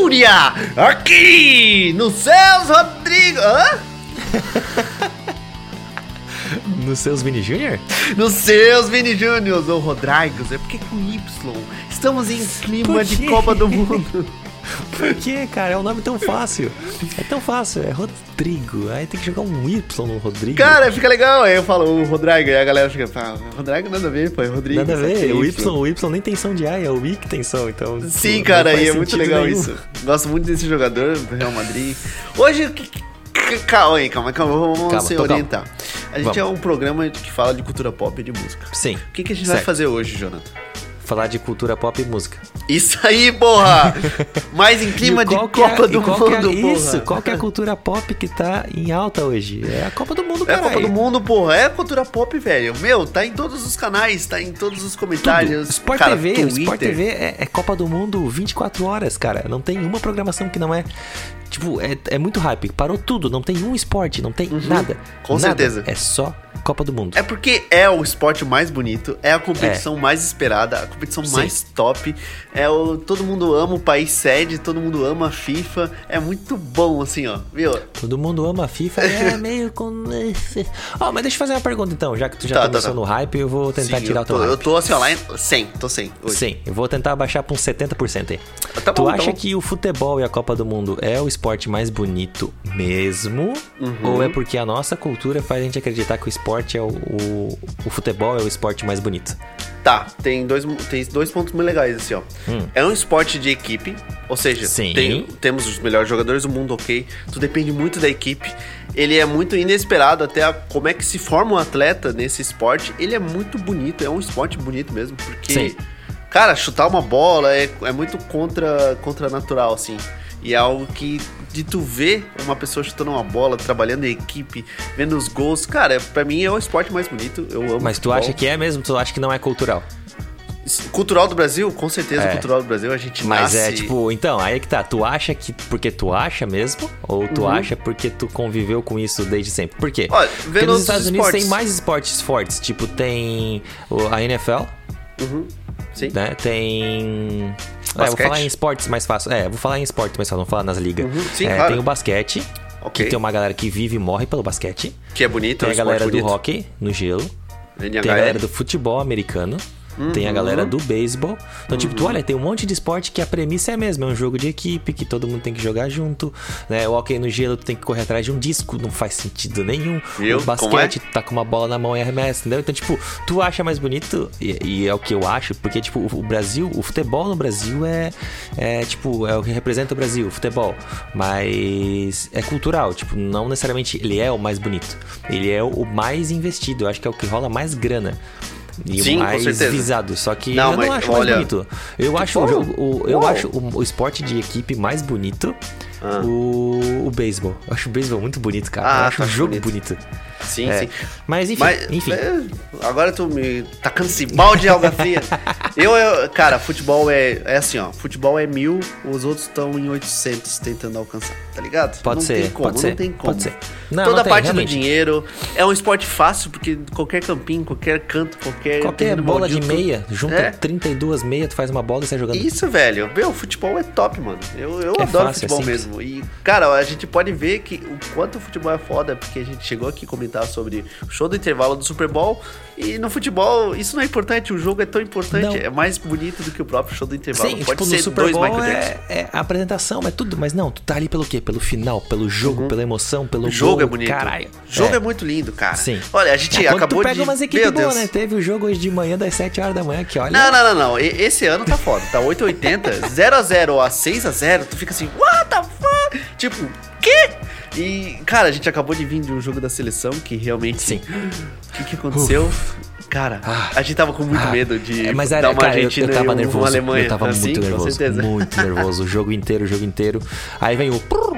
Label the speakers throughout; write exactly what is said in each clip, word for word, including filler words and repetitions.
Speaker 1: Fúria, aqui no Céus Rodrigo. Hã?
Speaker 2: Nos seus Vini Júnior?
Speaker 1: Nos seus Vini Júnior, ou Rodrigos, é porque com Y. Estamos em clima de Copa do Mundo.
Speaker 2: Por que, cara? É um nome tão fácil. É tão fácil, é Rodrigo. Aí tem que jogar um Y no Rodrigo.
Speaker 1: Cara, fica legal. Aí eu falo o Rodrigo, e a galera fica, ah, Rodrigo nada a ver, pô, é Rodrigo.
Speaker 2: Nada a ver,
Speaker 1: é
Speaker 2: o Y, o Y nem tem som de A, é o I que tem som, então...
Speaker 1: Sim, cara, e é muito legal nenhum. Isso. Gosto muito desse jogador do Real Madrid. Hoje... Calma aí, calma, calma, vamos calma, se orientar. Calma. A gente vamos. é um programa que fala de cultura pop e de música.
Speaker 2: Sim.
Speaker 1: O que, que a gente
Speaker 2: certo.
Speaker 1: vai fazer hoje, Jonathan?
Speaker 2: Falar de cultura pop e música.
Speaker 1: Isso aí, porra! Mais em clima de Copa é, do Mundo,
Speaker 2: é,
Speaker 1: porra.
Speaker 2: Isso, qual que é a cultura pop que tá em alta hoje? É a Copa do Mundo, cara.
Speaker 1: É a Copa do Mundo, porra. É a cultura pop, velho. Meu, tá em todos os canais, tá em todos os comentários.
Speaker 2: Tudo. Sport cara, T V, Twitter. Sport T V é, é Copa do Mundo vinte e quatro horas, cara. Não tem uma programação que não é... Tipo, é, é muito hype. Parou tudo. Não tem um esporte, não tem uhum, nada.
Speaker 1: Com
Speaker 2: nada.
Speaker 1: certeza.
Speaker 2: É só Copa do Mundo.
Speaker 1: É porque é o esporte mais bonito, é a competição é. mais esperada, a competição Sim. mais top. É o todo mundo ama o país sede, todo mundo ama a FIFA. É muito bom, assim, ó. Viu?
Speaker 2: Todo mundo ama a FIFA. É meio com... Ó, oh, mas deixa eu fazer uma pergunta, então. Já que tu já
Speaker 1: tá,
Speaker 2: começou
Speaker 1: tá, tá.
Speaker 2: no hype, eu vou tentar
Speaker 1: Sim,
Speaker 2: tirar
Speaker 1: eu
Speaker 2: o teu
Speaker 1: tô,
Speaker 2: hype.
Speaker 1: Eu tô assim, ó, lá em cem. Tô cem hoje.
Speaker 2: Sim, eu vou tentar baixar pra uns setenta por cento aí.
Speaker 1: Tá bom,
Speaker 2: tu acha
Speaker 1: tá bom.
Speaker 2: que o futebol e a Copa do Mundo é o esporte mais bonito mesmo? Uhum. Ou é porque a nossa cultura faz a gente acreditar que o esporte é o, o, o futebol é o esporte mais bonito?
Speaker 1: Tá, tem dois, tem dois pontos muito legais, assim, ó. Hum. É um esporte de equipe, ou seja, tem, temos os melhores jogadores do mundo, ok. Tu depende muito da equipe. Ele é muito inesperado até a, como é que se forma um atleta nesse esporte. Ele é muito bonito, é um esporte bonito mesmo, porque...
Speaker 2: Sim.
Speaker 1: Cara, chutar uma bola é, é muito contra, contra natural, assim. E é algo que, de tu ver uma pessoa chutando uma bola, trabalhando em equipe, vendo os gols, cara, pra mim é o esporte mais bonito, eu amo
Speaker 2: Mas
Speaker 1: futebol.
Speaker 2: Tu acha que é mesmo? Tu acha que não é cultural?
Speaker 1: Cultural do Brasil? Com certeza, é. Cultural do Brasil, a gente
Speaker 2: Mas
Speaker 1: nasce...
Speaker 2: é tipo, então, aí é que tá, tu acha que porque tu acha mesmo? Ou tu uhum. acha porque tu conviveu com isso desde sempre? Por quê?
Speaker 1: Olha,
Speaker 2: porque nos Estados Unidos esportes. Tem mais esportes fortes, tipo, tem a N F L,
Speaker 1: uhum. Sim.
Speaker 2: Né? Tem... É, vou falar em esportes mais fácil. É, vou falar em esportes mais fácil, vamos falar nas ligas.
Speaker 1: Uhum, sim,
Speaker 2: é,
Speaker 1: claro.
Speaker 2: Tem o basquete, okay. que tem uma galera que vive e morre pelo basquete.
Speaker 1: Que é bonito,
Speaker 2: Tem
Speaker 1: é um
Speaker 2: a galera do
Speaker 1: bonito.
Speaker 2: hockey no gelo.
Speaker 1: N H L.
Speaker 2: Tem a galera do futebol americano. Uhum. Tem a galera do beisebol. Então, uhum. tipo, tu olha, tem um monte de esporte que a premissa é a mesma. É um jogo de equipe, que todo mundo tem que jogar junto, né? O hockey no gelo, tu tem que correr atrás de um disco. Não faz sentido nenhum.
Speaker 1: Viu?
Speaker 2: O basquete, é? Tá com uma bola na mão e arremessa, entendeu? Então, tipo, tu acha mais bonito, e, e é o que eu acho, porque, tipo, o Brasil, o futebol no Brasil é, é, tipo, é o que representa o Brasil, o futebol. Mas é cultural, tipo, não necessariamente ele é o mais bonito. Ele é o mais investido. Eu acho que é o que rola mais grana. E
Speaker 1: Sim,
Speaker 2: o mais
Speaker 1: com certeza.
Speaker 2: visado. Só que
Speaker 1: não,
Speaker 2: eu
Speaker 1: mas,
Speaker 2: não acho
Speaker 1: olha,
Speaker 2: mais bonito. Eu acho, o, jogo, o, eu acho o, o esporte de equipe mais bonito ah. o, o beisebol. Eu acho o beisebol muito bonito, cara.
Speaker 1: Ah,
Speaker 2: eu acho
Speaker 1: tá
Speaker 2: o jogo
Speaker 1: bonito.
Speaker 2: bonito.
Speaker 1: Sim,
Speaker 2: é.
Speaker 1: sim.
Speaker 2: Mas enfim,
Speaker 1: Mas,
Speaker 2: enfim.
Speaker 1: É, agora tu me tacando esse balde de alga fria. eu, eu, cara, futebol é, é assim, ó. Futebol é mil, os outros estão em oitocentos tentando alcançar, tá ligado?
Speaker 2: Pode
Speaker 1: não
Speaker 2: ser,
Speaker 1: tem como,
Speaker 2: pode ser,
Speaker 1: não tem como.
Speaker 2: Pode ser. Não,
Speaker 1: Toda
Speaker 2: não
Speaker 1: a
Speaker 2: tem,
Speaker 1: parte
Speaker 2: realmente.
Speaker 1: do dinheiro. É um esporte fácil, porque qualquer campinho, qualquer canto, qualquer...
Speaker 2: Qualquer bola
Speaker 1: maldito,
Speaker 2: de meia, junta
Speaker 1: é.
Speaker 2: trinta e duas meias, tu faz uma bola e sai jogando.
Speaker 1: Isso, velho. Meu, futebol é top, mano. Eu, eu
Speaker 2: é
Speaker 1: adoro
Speaker 2: fácil,
Speaker 1: futebol
Speaker 2: é
Speaker 1: mesmo. E, cara, a gente pode ver que o quanto o futebol é foda, porque a gente chegou aqui a comentar sobre o show do intervalo do Super Bowl. E no futebol, isso não é importante. O jogo é tão importante. Não. É mais bonito do que o próprio show do intervalo.
Speaker 2: Sim,
Speaker 1: pode
Speaker 2: tipo,
Speaker 1: ser
Speaker 2: no Super
Speaker 1: dois
Speaker 2: Bowl
Speaker 1: Michael
Speaker 2: é,
Speaker 1: Jackson.
Speaker 2: é a apresentação, é tudo. Mas não, tu tá ali pelo quê? Pelo final, pelo jogo, uhum. pela emoção, pelo
Speaker 1: o jogo
Speaker 2: gol,
Speaker 1: é bonito.
Speaker 2: Caralho.
Speaker 1: O jogo
Speaker 2: é.
Speaker 1: é muito lindo, cara.
Speaker 2: Sim.
Speaker 1: Olha, a gente
Speaker 2: é,
Speaker 1: acabou
Speaker 2: tu pega
Speaker 1: de...
Speaker 2: umas equipes boas, né? Teve o jogo hoje de manhã das sete horas da manhã que olha...
Speaker 1: Não, não, não, não. Esse ano tá foda. Tá oito a oitenta, zero a zero a seis a zero. Tu fica assim, what the fuck? Tipo, quê? E, cara, a gente acabou de vir de um jogo da seleção que realmente...
Speaker 2: Sim.
Speaker 1: O que que aconteceu? Uf. Cara, ah, a gente tava com muito ah, medo de
Speaker 2: mas era,
Speaker 1: dar uma
Speaker 2: cara,
Speaker 1: Argentina
Speaker 2: eu, eu tava
Speaker 1: e
Speaker 2: nervoso,
Speaker 1: uma Alemanha.
Speaker 2: Eu tava
Speaker 1: assim,
Speaker 2: muito nervoso, muito nervoso. O jogo inteiro, o jogo inteiro. Aí vem o...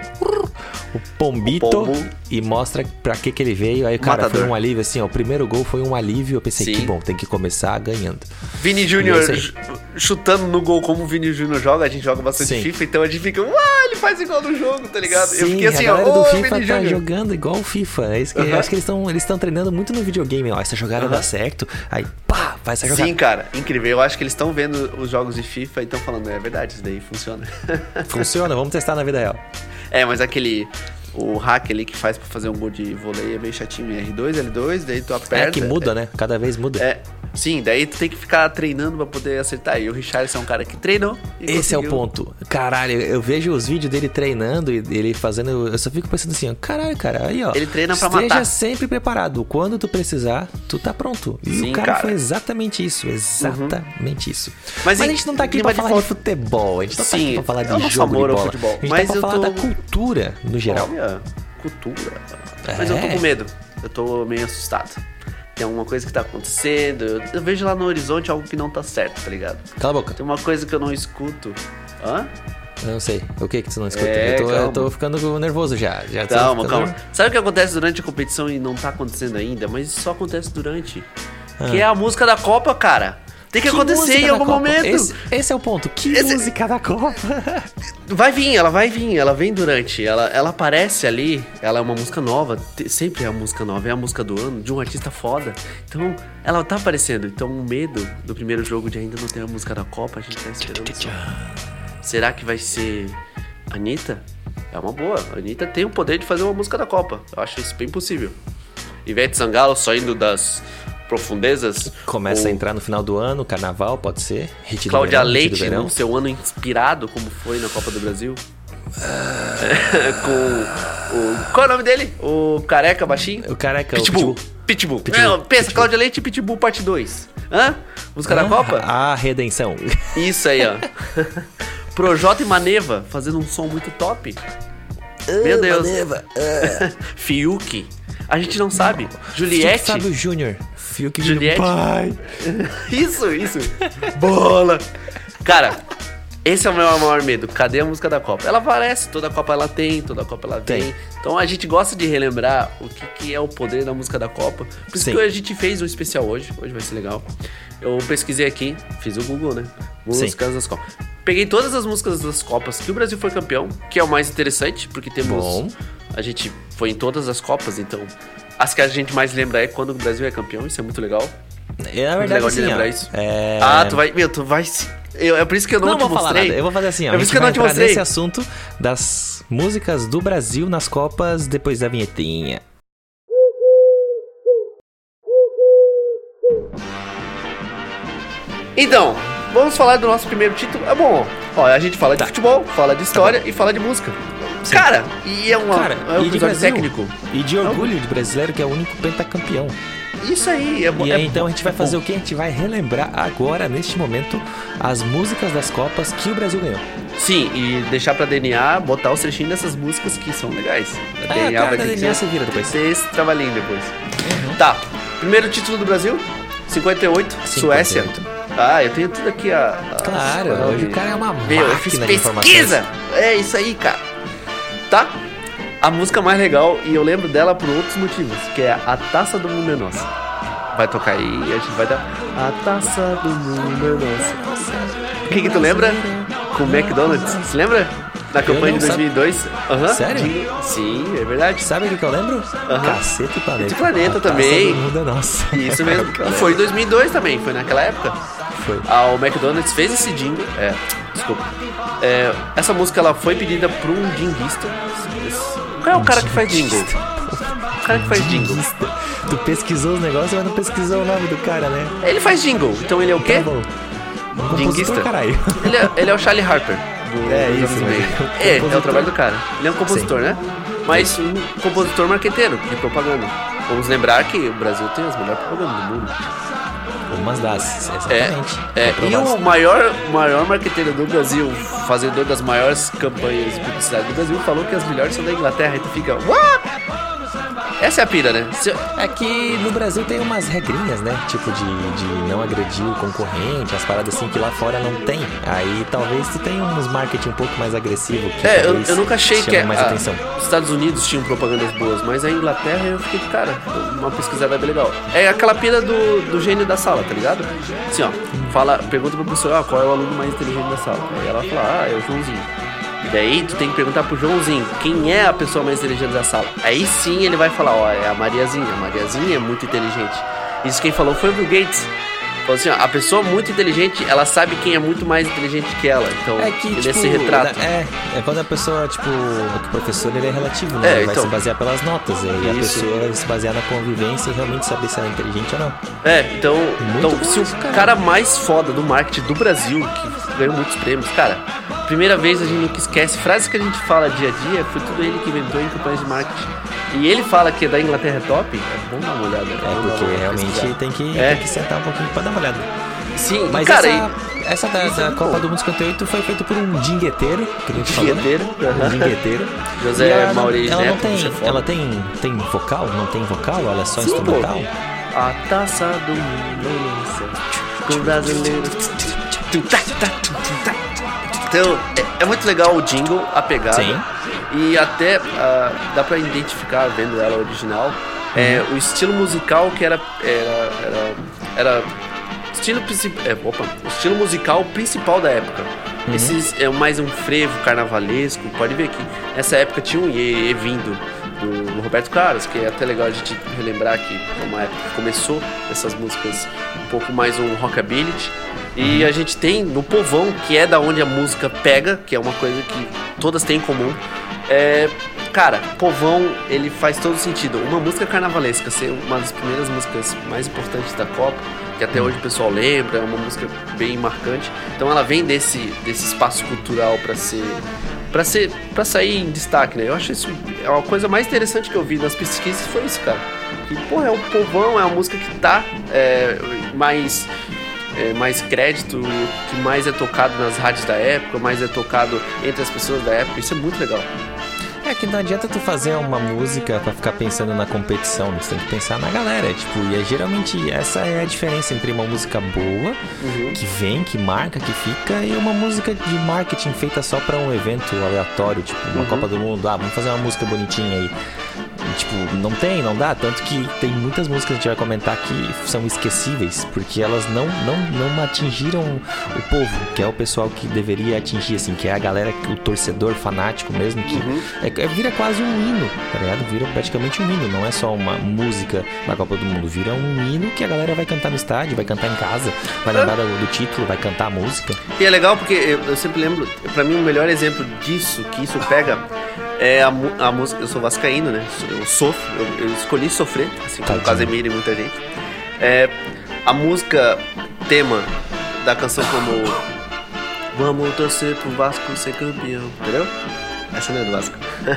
Speaker 2: O Pombito
Speaker 1: o Pombo.
Speaker 2: E mostra pra que que ele veio. Aí, cara,
Speaker 1: Matador.
Speaker 2: foi um alívio, assim, ó. O primeiro gol foi um alívio. Eu pensei,
Speaker 1: Sim.
Speaker 2: que bom, tem que começar ganhando.
Speaker 1: Vini Júnior chutando no gol como o Vini Júnior joga. A gente joga bastante
Speaker 2: Sim.
Speaker 1: FIFA, então a gente fica, uau, ele faz igual no jogo, tá ligado?
Speaker 2: Sim,
Speaker 1: eu fiquei assim,
Speaker 2: a
Speaker 1: ó,
Speaker 2: do
Speaker 1: ô,
Speaker 2: FIFA
Speaker 1: Vini
Speaker 2: tá
Speaker 1: Júnior.
Speaker 2: jogando igual o FIFA. É isso que,
Speaker 1: Uhum.
Speaker 2: Acho que eles estão eles treinando muito no videogame, ó. Essa jogada
Speaker 1: Uhum.
Speaker 2: dá certo, aí pá, vai essa jogada.
Speaker 1: Sim, cara, incrível. Eu acho que eles estão vendo os jogos de FIFA e estão falando, é verdade, isso daí funciona.
Speaker 2: Funciona, vamos testar na vida real.
Speaker 1: É, mas aquele... O hack ali que faz pra fazer um gol de vôlei é meio chatinho. R dois, L dois, daí tu aperta.
Speaker 2: É que muda, é, né? Cada vez muda.
Speaker 1: É, sim, daí tu tem que ficar treinando pra poder acertar. E o Richarlison é um cara que treinou e
Speaker 2: Esse
Speaker 1: conseguiu.
Speaker 2: é o ponto. Caralho, eu vejo os vídeos dele treinando e ele fazendo... Eu só fico pensando assim, ó, caralho, cara, aí ó.
Speaker 1: Ele treina pra
Speaker 2: esteja
Speaker 1: matar.
Speaker 2: sempre preparado. Quando tu precisar, tu tá pronto. E
Speaker 1: Sim,
Speaker 2: o cara,
Speaker 1: cara.
Speaker 2: foi exatamente isso. Exatamente uhum. isso.
Speaker 1: Mas,
Speaker 2: Mas a gente não tá aqui pra falar
Speaker 1: foto...
Speaker 2: de futebol. A gente não
Speaker 1: Sim,
Speaker 2: tá aqui pra falar de
Speaker 1: é o nosso
Speaker 2: jogo
Speaker 1: amor
Speaker 2: de
Speaker 1: ao
Speaker 2: bola.
Speaker 1: futebol.
Speaker 2: A gente
Speaker 1: Mas
Speaker 2: tá pra
Speaker 1: eu
Speaker 2: falar
Speaker 1: tô...
Speaker 2: da cultura, no geral.
Speaker 1: Olha, cultura.
Speaker 2: É.
Speaker 1: Mas eu tô com medo. Eu tô meio assustado. Tem alguma coisa que tá acontecendo. Eu, eu vejo lá no horizonte algo que não tá certo, tá ligado?
Speaker 2: Cala a boca.
Speaker 1: Tem uma coisa que eu não escuto. Hã?
Speaker 2: Eu não sei. O que que tu não escuta?
Speaker 1: É,
Speaker 2: eu, tô,
Speaker 1: calma.
Speaker 2: eu tô ficando nervoso já. já tô
Speaker 1: Calma,
Speaker 2: ficando...
Speaker 1: calma. Sabe o que acontece durante a competição e não tá acontecendo ainda? Mas isso só acontece durante.
Speaker 2: Ah.
Speaker 1: Que é a música da Copa, cara. Tem que, que acontecer em algum momento.
Speaker 2: Esse, esse é o ponto. Que
Speaker 1: esse...
Speaker 2: música da Copa?
Speaker 1: Vai vir, ela vai vir, ela vem durante. Ela, ela aparece ali, ela é uma música nova. Sempre é a música nova, é a música do ano, de um artista foda. Então, ela tá aparecendo. Então, o medo do primeiro jogo de ainda não ter a música da Copa, a gente tá esperando só. Será que vai ser Anitta? É uma boa. A Anitta tem o poder de fazer uma música da Copa. Eu acho isso bem possível. Ivete Sangalo saindo das profundezas.
Speaker 2: Começa
Speaker 1: o...
Speaker 2: a entrar no final do ano, carnaval, pode ser. Hit do
Speaker 1: Cláudia
Speaker 2: verão,
Speaker 1: Leite,
Speaker 2: no
Speaker 1: no seu ano inspirado, como foi na Copa do Brasil. Com o... Qual é o nome dele? O careca baixinho?
Speaker 2: O careca,
Speaker 1: Pitbull.
Speaker 2: o
Speaker 1: Pitbull. Pitbull.
Speaker 2: Pitbull.
Speaker 1: Não, pensa, Pitbull. Cláudia Leite e Pitbull parte dois. Hã? Música
Speaker 2: ah,
Speaker 1: da Copa?
Speaker 2: A redenção.
Speaker 1: Isso aí, ó. Projota e Maneva fazendo um som muito top.
Speaker 2: Uh,
Speaker 1: Meu Deus.
Speaker 2: Maneva. Uh.
Speaker 1: Fiuk. A gente não sabe. Juliette.
Speaker 2: Fábio Júnior. Fiuk
Speaker 1: Juliette.
Speaker 2: Pai.
Speaker 1: Isso, isso. Bola. Cara, esse é o meu maior medo. Cadê a música da Copa? Ela aparece, toda a Copa ela tem, toda a Copa ela tem. tem. Então a gente gosta de relembrar o que, que é o poder da música da Copa. Por isso Sim. que a gente fez um especial hoje. Hoje vai ser legal. Eu pesquisei aqui, fiz o Google, né? Músicas Sim. das Copas. Peguei todas as músicas das Copas que o Brasil foi campeão, que é o mais interessante, porque temos...
Speaker 2: Bom.
Speaker 1: A gente foi em todas as Copas, então... As que a gente mais lembra é quando o Brasil é campeão, isso é muito legal.
Speaker 2: É, na verdade,
Speaker 1: legal
Speaker 2: assim,
Speaker 1: de lembrar
Speaker 2: ó,
Speaker 1: isso.
Speaker 2: É...
Speaker 1: Ah, tu vai... Meu, tu vai... Eu, é por isso que eu não,
Speaker 2: não
Speaker 1: te
Speaker 2: vou
Speaker 1: mostrei.
Speaker 2: Falar nada. Eu vou fazer assim, ó.
Speaker 1: É por isso que eu não te mostrei.
Speaker 2: Nesse assunto das músicas do Brasil nas Copas depois da vinhetinha.
Speaker 1: Então, vamos falar do nosso primeiro título. É bom, ó, a gente fala de tá. futebol, fala de história tá e fala de música. Sim. Cara, e é, uma,
Speaker 2: Cara,
Speaker 1: é um
Speaker 2: e de
Speaker 1: episódio
Speaker 2: Brasil,
Speaker 1: técnico.
Speaker 2: E de orgulho de brasileiro, que é o único pentacampeão.
Speaker 1: Isso aí, é bom.
Speaker 2: E
Speaker 1: é
Speaker 2: aí, então
Speaker 1: bom,
Speaker 2: a gente vai
Speaker 1: é
Speaker 2: fazer
Speaker 1: bom.
Speaker 2: o quê? A gente vai relembrar agora, neste momento, as músicas das Copas que o Brasil ganhou.
Speaker 1: Sim, e deixar pra D N A botar os trechinhos dessas músicas que são legais. A
Speaker 2: ah,
Speaker 1: D N A
Speaker 2: cara,
Speaker 1: vai
Speaker 2: da
Speaker 1: ter
Speaker 2: D N A
Speaker 1: que
Speaker 2: se vira depois.
Speaker 1: ter esse trabalhinho depois.
Speaker 2: Uhum.
Speaker 1: Tá, primeiro título do Brasil, cinquenta e oito, Suécia. Ah, eu tenho tudo aqui a... a
Speaker 2: claro,
Speaker 1: a,
Speaker 2: hoje o cara é uma
Speaker 1: Meu, eu fiz pesquisa! É isso aí, cara. Tá? A música mais legal, e eu lembro dela por outros motivos, que é A Taça do Mundo é Nossa. Vai tocar aí e a gente vai dar A Taça do Mundo é Nossa. O que que tu lembra? Com o McDonald's. Você lembra? Na campanha de dois mil e dois.
Speaker 2: Uhum. Sério?
Speaker 1: De... Sim, é verdade.
Speaker 2: Sabe o que eu lembro?
Speaker 1: Uhum.
Speaker 2: Cacete e Planeta.
Speaker 1: De Planeta
Speaker 2: A
Speaker 1: também.
Speaker 2: Taça do Mundo é Nossa.
Speaker 1: Isso mesmo. E foi em dois mil e dois também, foi naquela época.
Speaker 2: Foi.
Speaker 1: Ah, o McDonald's fez esse jingle. É, desculpa. É, essa música ela foi pedida por um jinguista. Qual é o cara que faz jingle? O cara que faz jingle.
Speaker 2: Tu pesquisou os negócios, mas não pesquisou o nome do cara, né?
Speaker 1: Ele faz jingle, então ele é o quê?
Speaker 2: Tá bom. Um
Speaker 1: Jinguista.
Speaker 2: Caralho.
Speaker 1: Ele é, ele é o Charlie Harper. Do,
Speaker 2: é,
Speaker 1: do
Speaker 2: isso mesmo.
Speaker 1: É, é o trabalho do cara. Ele é um compositor,
Speaker 2: Sim.
Speaker 1: né? Mas um compositor marqueteiro de propaganda. Vamos lembrar que o Brasil tem as melhores propagandas do mundo.
Speaker 2: Umas das, exatamente.
Speaker 1: É, é. E o maior, maior marqueteiro do Brasil, fazedor das maiores campanhas de publicidade do Brasil, falou que as melhores são da Inglaterra. E tu fica, what? Essa é a pira, né? Se...
Speaker 2: É que no Brasil tem umas regrinhas, né? Tipo de, de não agredir o concorrente, as paradas assim que lá fora não tem. Aí talvez tu tenha uns marketing um pouco mais agressivo. Que
Speaker 1: é, eu, eu nunca achei que
Speaker 2: mais
Speaker 1: a,
Speaker 2: atenção.
Speaker 1: Os Estados Unidos tinham propagandas boas, mas a Inglaterra eu fiquei, cara, uma pesquisada bem legal. É aquela pira do, do gênio da sala, tá ligado? Assim, ó, fala, pergunta pro professor, ah, qual é o aluno mais inteligente da sala? Aí ela fala, ah, é o Joãozinho. daí tu tem que perguntar pro Joãozinho quem é a pessoa mais inteligente da sala. Aí sim ele vai falar, ó, é a Mariazinha. A Mariazinha é muito inteligente. Isso quem falou foi o Bill Gates. Falou assim, ó, a pessoa muito inteligente, ela sabe quem é muito mais inteligente que ela. Então,
Speaker 2: é que,
Speaker 1: ele
Speaker 2: tipo,
Speaker 1: é esse retrato.
Speaker 2: É, é quando a pessoa, tipo, o professor ele é relativo, né? É, ele vai então, se basear pelas notas. E a pessoa vai se basear na convivência e realmente saber se ela é inteligente ou não.
Speaker 1: É, então, então bom, se o cara. cara mais foda do marketing do Brasil, que ganhou muitos prêmios, cara, primeira vez a gente nunca esquece, frases que a gente fala dia a dia, foi tudo ele que inventou em campanhas de marketing. E ele fala que da Inglaterra é top, é bom dar uma olhada. Né?
Speaker 2: É, porque realmente tem que, é. tem que sentar um pouquinho pra dar uma olhada.
Speaker 1: Sim,
Speaker 2: mas
Speaker 1: cara,
Speaker 2: essa, essa da, da é Copa bom. do Mundo cinquenta e oito foi feita por um dingueteiro, que a gente
Speaker 1: dingueteiro,
Speaker 2: falou, né? Um dingueteiro.
Speaker 1: José
Speaker 2: ela,
Speaker 1: Maurício
Speaker 2: ela não
Speaker 1: Neto,
Speaker 2: tem, ela tem, tem vocal? Não tem vocal? Ela é só
Speaker 1: Sim,
Speaker 2: instrumental?
Speaker 1: Pô. A taça do mundo com brasileiro. Então, é, é muito legal o jingle, a pegada. Sim. E até uh, dá pra identificar, vendo ela original, uhum. é, o estilo musical que era... Era, era, era estilo, é, opa, o estilo musical principal da época. Uhum. Esses é mais um frevo carnavalesco. Pode ver que nessa época tinha um iê vindo do, do Roberto Carlos, que é até legal a gente relembrar que foi uma época que começou essas músicas um pouco mais um rockabilly. E uhum. a gente tem no povão, que é da onde a música pega, que é uma coisa que todas têm em comum. É, cara, povão, ele faz todo sentido. Uma música carnavalesca ser uma das primeiras músicas mais importantes da Copa, que até hoje o pessoal lembra, é uma música bem marcante. Então ela vem desse, desse espaço cultural para ser, para ser, para sair em destaque, né? Eu acho isso é uma coisa mais interessante que eu vi nas pesquisas, foi isso, cara. Que, porra, é o povão, é uma música que tá é, mais É, mais crédito, que mais é tocado nas rádios da época, mais é tocado entre as pessoas da época. Isso é muito legal.
Speaker 2: É que não adianta tu fazer uma música pra ficar pensando na competição, você tem que pensar na galera, tipo, e é, geralmente essa é a diferença entre uma música boa, uhum. que vem, que marca, que fica, e uma música de marketing feita só pra um evento aleatório, tipo, uma uhum. Copa do Mundo, ah, vamos fazer uma música bonitinha aí. Tipo, não tem, não dá, tanto que tem muitas músicas que a gente vai comentar que são esquecíveis, porque elas não, não, não atingiram o povo, que é o pessoal que deveria atingir, assim, que é a galera, o torcedor fanático mesmo, que uhum. é, é, vira quase um hino, tá ligado? Vira praticamente um hino, não é só uma música da Copa do Mundo, vira um hino que a galera vai cantar no estádio, vai cantar em casa, vai lembrar do, do título, vai cantar a música.
Speaker 1: E é legal porque eu, eu sempre lembro, pra mim o melhor exemplo disso, que isso pega... É a, a música, eu sou vascaíno, né? Eu sofro, eu, eu escolhi sofrer, assim como o Casemiro e muita gente. É, a música tema da canção como vamos torcer pro Vasco ser campeão, entendeu? Essa não é do Vasco.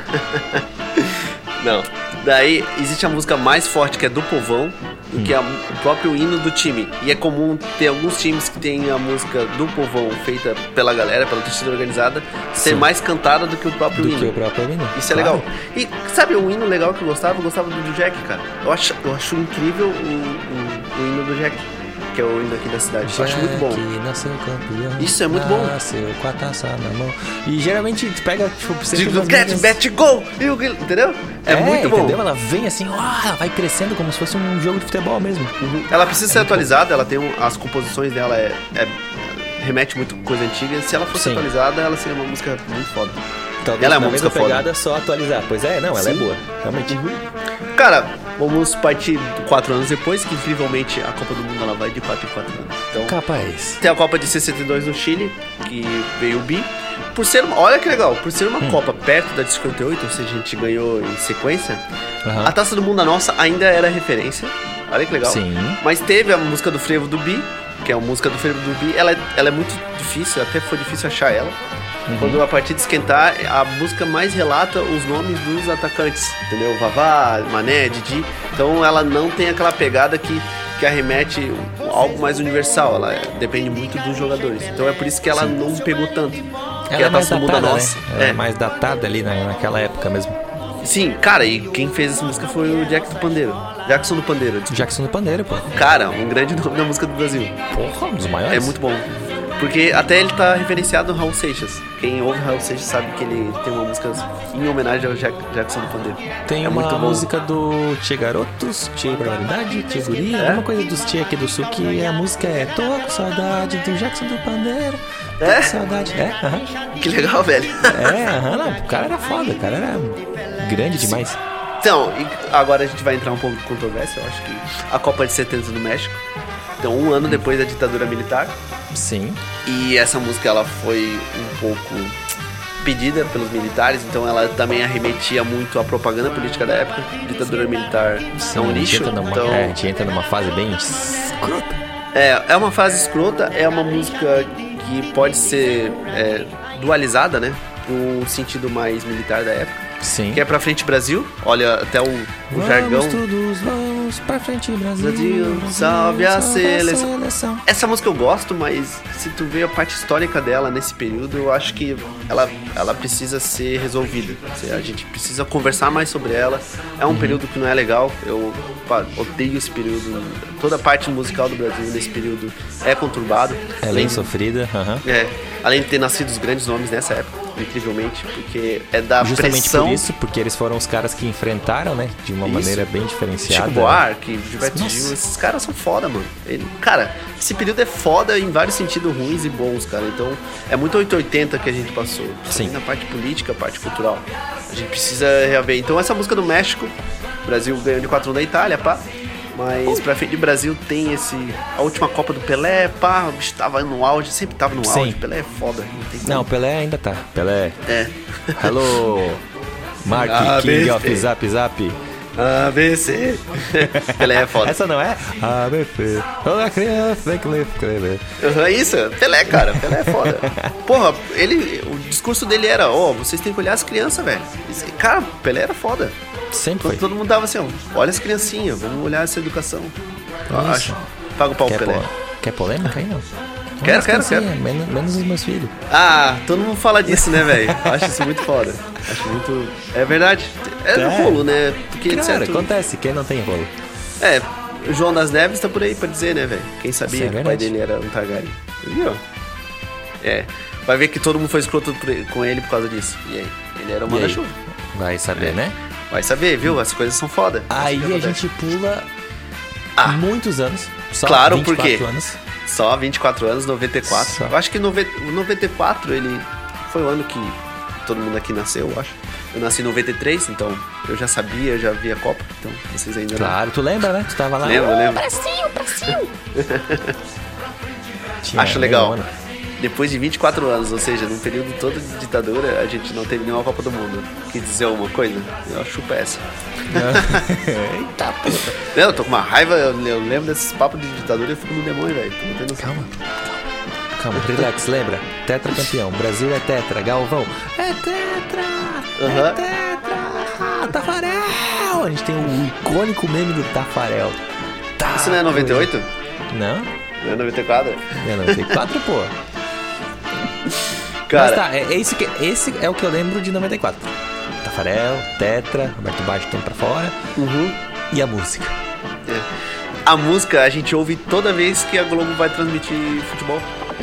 Speaker 1: Não. Daí existe a música mais forte que é do povão, do hum. que é o próprio hino do time. E é comum ter alguns times que tem a música do povão feita pela galera, pela torcida organizada, ser Sim. mais cantada do que o próprio
Speaker 2: do
Speaker 1: hino.
Speaker 2: Que o próprio hino.
Speaker 1: Isso é claro. legal. E sabe um hino legal que eu gostava? Eu gostava do, do Jack, cara. Eu acho, eu acho incrível o, o, o hino do Jack, que é o hino aqui da cidade. Eu acho muito bom.
Speaker 2: Nasceu campeão.
Speaker 1: Isso é muito bom.
Speaker 2: Nasceu com a taça na mão. E geralmente tu pega, tipo,
Speaker 1: sempre do get, minhas... bet, gol! Entendeu? É, é muito bom.
Speaker 2: Entendeu? Ela vem assim, ó, ela vai crescendo como se fosse um jogo de futebol mesmo.
Speaker 1: Uhum. Ela precisa é ser atualizada, bom. Ela tem um, as composições dela é, é remete muito coisa antiga. Se ela fosse Sim. atualizada, ela seria uma música muito foda.
Speaker 2: Talvez ela é uma música pegada foda. Só atualizar. Pois é, não, ela Sim. é boa, realmente.
Speaker 1: Uhum. Cara, vamos partir quatro anos depois, que incrivelmente a Copa do Mundo ela vai de quatro em quatro anos. Então,
Speaker 2: capaz.
Speaker 1: Tem a Copa de sessenta e dois no Chile, que veio o bi. Por ser uma, olha que legal, por ser uma hum. Copa perto da de cinquenta e oito, ou seja, a gente ganhou em sequência, uhum. a Taça do Mundo a nossa ainda era referência. Olha que legal.
Speaker 2: Sim.
Speaker 1: Mas teve a música do frevo do bi, que é a música do frevo do bi. Ela, ela é muito difícil, até foi difícil achar ela. Uhum. Quando a partida esquentar, a música mais relata os nomes dos atacantes, entendeu? Vavá, Mané, Didi. Então ela não tem aquela pegada que, que arremete algo mais universal. Ela depende muito dos jogadores. Então é por isso que ela Sim. não pegou tanto.
Speaker 2: Ela é mais datada, nossa. Né? Ela é. é mais datada ali na, naquela época mesmo.
Speaker 1: Sim, cara, e quem fez essa música foi o Jack do Pandeiro. Jackson do Pandeiro.
Speaker 2: Desculpa. Jackson do Pandeiro, pô.
Speaker 1: Cara, um grande nome da música do Brasil.
Speaker 2: Porra, um dos maiores.
Speaker 1: É muito bom. Porque até ele tá referenciado no Raul Seixas. Quem ouve Raul Seixas sabe que ele tem uma música em homenagem ao Jack, Jackson do Pandeiro.
Speaker 2: Tem
Speaker 1: é
Speaker 2: uma
Speaker 1: muito bom.
Speaker 2: música do Tchê Garotos, Tchê Barbaridade, Tchê Guria, é? Uma coisa dos Tchê aqui do Sul, que a música é Tô com saudade do Jackson do Pandeiro. Tô
Speaker 1: É?
Speaker 2: com saudade. É, aham. Uh-huh.
Speaker 1: Que legal, velho.
Speaker 2: É, aham, não, o cara era foda, o cara era grande demais.
Speaker 1: Então, agora a gente vai entrar um pouco de controvérsia, eu acho que a Copa de setenta no México. Então, um ano depois da ditadura militar.
Speaker 2: Sim.
Speaker 1: E essa música, ela foi um pouco pedida pelos militares, então ela também arremetia muito à propaganda política da época. Ditadura militar
Speaker 2: Sim,
Speaker 1: é um lixo.
Speaker 2: A numa,
Speaker 1: então...
Speaker 2: é, a gente entra numa fase bem escrota.
Speaker 1: É, é uma fase escrota, é uma música que pode ser é, dualizada, né? Pro sentido mais militar da época.
Speaker 2: Sim.
Speaker 1: Que é Pra Frente Brasil. Olha, até o, o
Speaker 2: vamos
Speaker 1: jargão.
Speaker 2: Todos, vamos pra frente Brasil.
Speaker 1: Brasil,
Speaker 2: Brasil
Speaker 1: salve a seleção.
Speaker 2: seleção.
Speaker 1: Essa música eu gosto, mas se tu vê a parte histórica dela nesse período, eu acho que ela, ela precisa ser resolvida. A gente precisa conversar mais sobre ela. É um uhum. período que não é legal. Eu pá, odeio esse período. Toda a parte musical do Brasil nesse período é conturbado.
Speaker 2: É bem sofrida. Uhum.
Speaker 1: É, além de ter nascido os grandes nomes nessa época, incrivelmente, porque é da
Speaker 2: justamente
Speaker 1: pressão.
Speaker 2: Por isso, porque eles foram os caras que enfrentaram, né? De uma isso. maneira bem diferenciada.
Speaker 1: Chico Buarque, Gilberto Gil, esses caras são foda, mano. Ele, cara, esse período é foda em vários sentidos ruins e bons, cara. Então, é muito oitocentos e oitenta que a gente passou.
Speaker 2: Sim.
Speaker 1: Na parte política, parte cultural. A gente precisa reaver. Então, essa música do México, o Brasil ganhou de quatro a um da Itália, pá. Mas pra frente do Brasil tem esse... A última Copa do Pelé, pá, o bicho tava no auge, sempre tava no
Speaker 2: Sim.
Speaker 1: auge. Pelé é foda. Não, tem
Speaker 2: não, o Pelé ainda tá. Pelé.
Speaker 1: É.
Speaker 2: Hello, Mark,
Speaker 1: A B C.
Speaker 2: King of Zap Zap.
Speaker 1: A B C. Pelé é foda.
Speaker 2: Essa não é? A B C. Toda criança tem que ler.
Speaker 1: Uhum, isso, Pelé, cara. Pelé é foda. Porra, ele... O discurso dele era, ó, oh, vocês têm que olhar as crianças, velho. Cara, Pelé era foda.
Speaker 2: Sempre foi.
Speaker 1: Todo mundo dava assim, ó, olha as criancinhas, vamos olhar essa educação. Eu acho. Paga o pau pro Pelé.
Speaker 2: Po... Quer polêmica aí, não?
Speaker 1: Quero, quero, quero.
Speaker 2: Menos, menos os meus filhos.
Speaker 1: Ah, todo mundo fala disso, né, velho? Acho isso muito foda. Acho muito... É verdade. É, é. rolo, né? Porque,
Speaker 2: claro,
Speaker 1: certo...
Speaker 2: acontece. Quem não tem rolo?
Speaker 1: É, o João das Neves tá por aí pra dizer, né, velho? Quem sabia
Speaker 2: é
Speaker 1: que o pai dele era um Targaryen. Viu? É. Vai ver que todo mundo foi escroto com ele por causa disso. E aí? Ele era o manda-chuva.
Speaker 2: Vai saber,
Speaker 1: é.
Speaker 2: né?
Speaker 1: Vai saber, viu? As coisas são foda.
Speaker 2: Aí a gente pula ah. muitos anos. Só
Speaker 1: claro,
Speaker 2: vinte e quatro
Speaker 1: porque
Speaker 2: anos.
Speaker 1: Só vinte e quatro anos, noventa e quatro. Só. Eu acho que o noventa e quatro ele foi o ano que todo mundo aqui nasceu, eu acho. Eu nasci em noventa e três, então eu já sabia, eu já vi a Copa. Então vocês ainda
Speaker 2: Claro,
Speaker 1: não...
Speaker 2: tu lembra, né? Tu tava lá.
Speaker 1: Lembro,
Speaker 2: oh,
Speaker 1: lembro.
Speaker 2: Brasil, Brasil.
Speaker 1: Acho legal. Depois de vinte e quatro anos, ou seja, num período todo de ditadura, a gente não teve nenhuma Copa do Mundo. Quer dizer alguma coisa? Eu chupo essa.
Speaker 2: Eita puta.
Speaker 1: Não, eu tô com uma raiva, eu, eu lembro desses papos de ditadura e eu fico no demônio, velho.
Speaker 2: Calma. Calma, relax, lembra? Tetra campeão. Brasil é tetra. Galvão. É tetra!
Speaker 1: Uhum.
Speaker 2: É tetra! Tafarel! A gente tem o icônico meme do Tafarel. Tá,
Speaker 1: isso não é noventa e oito?
Speaker 2: Não.
Speaker 1: Não é noventa e quatro?
Speaker 2: É noventa e quatro, pô.
Speaker 1: Cara.
Speaker 2: Mas tá, é, é esse, que, esse é o que eu lembro de noventa e quatro. Tafarel, Tetra, Roberto Baggio tem pra fora.
Speaker 1: Uhum.
Speaker 2: E a música.
Speaker 1: É. A música a gente ouve toda vez que a Globo vai transmitir futebol.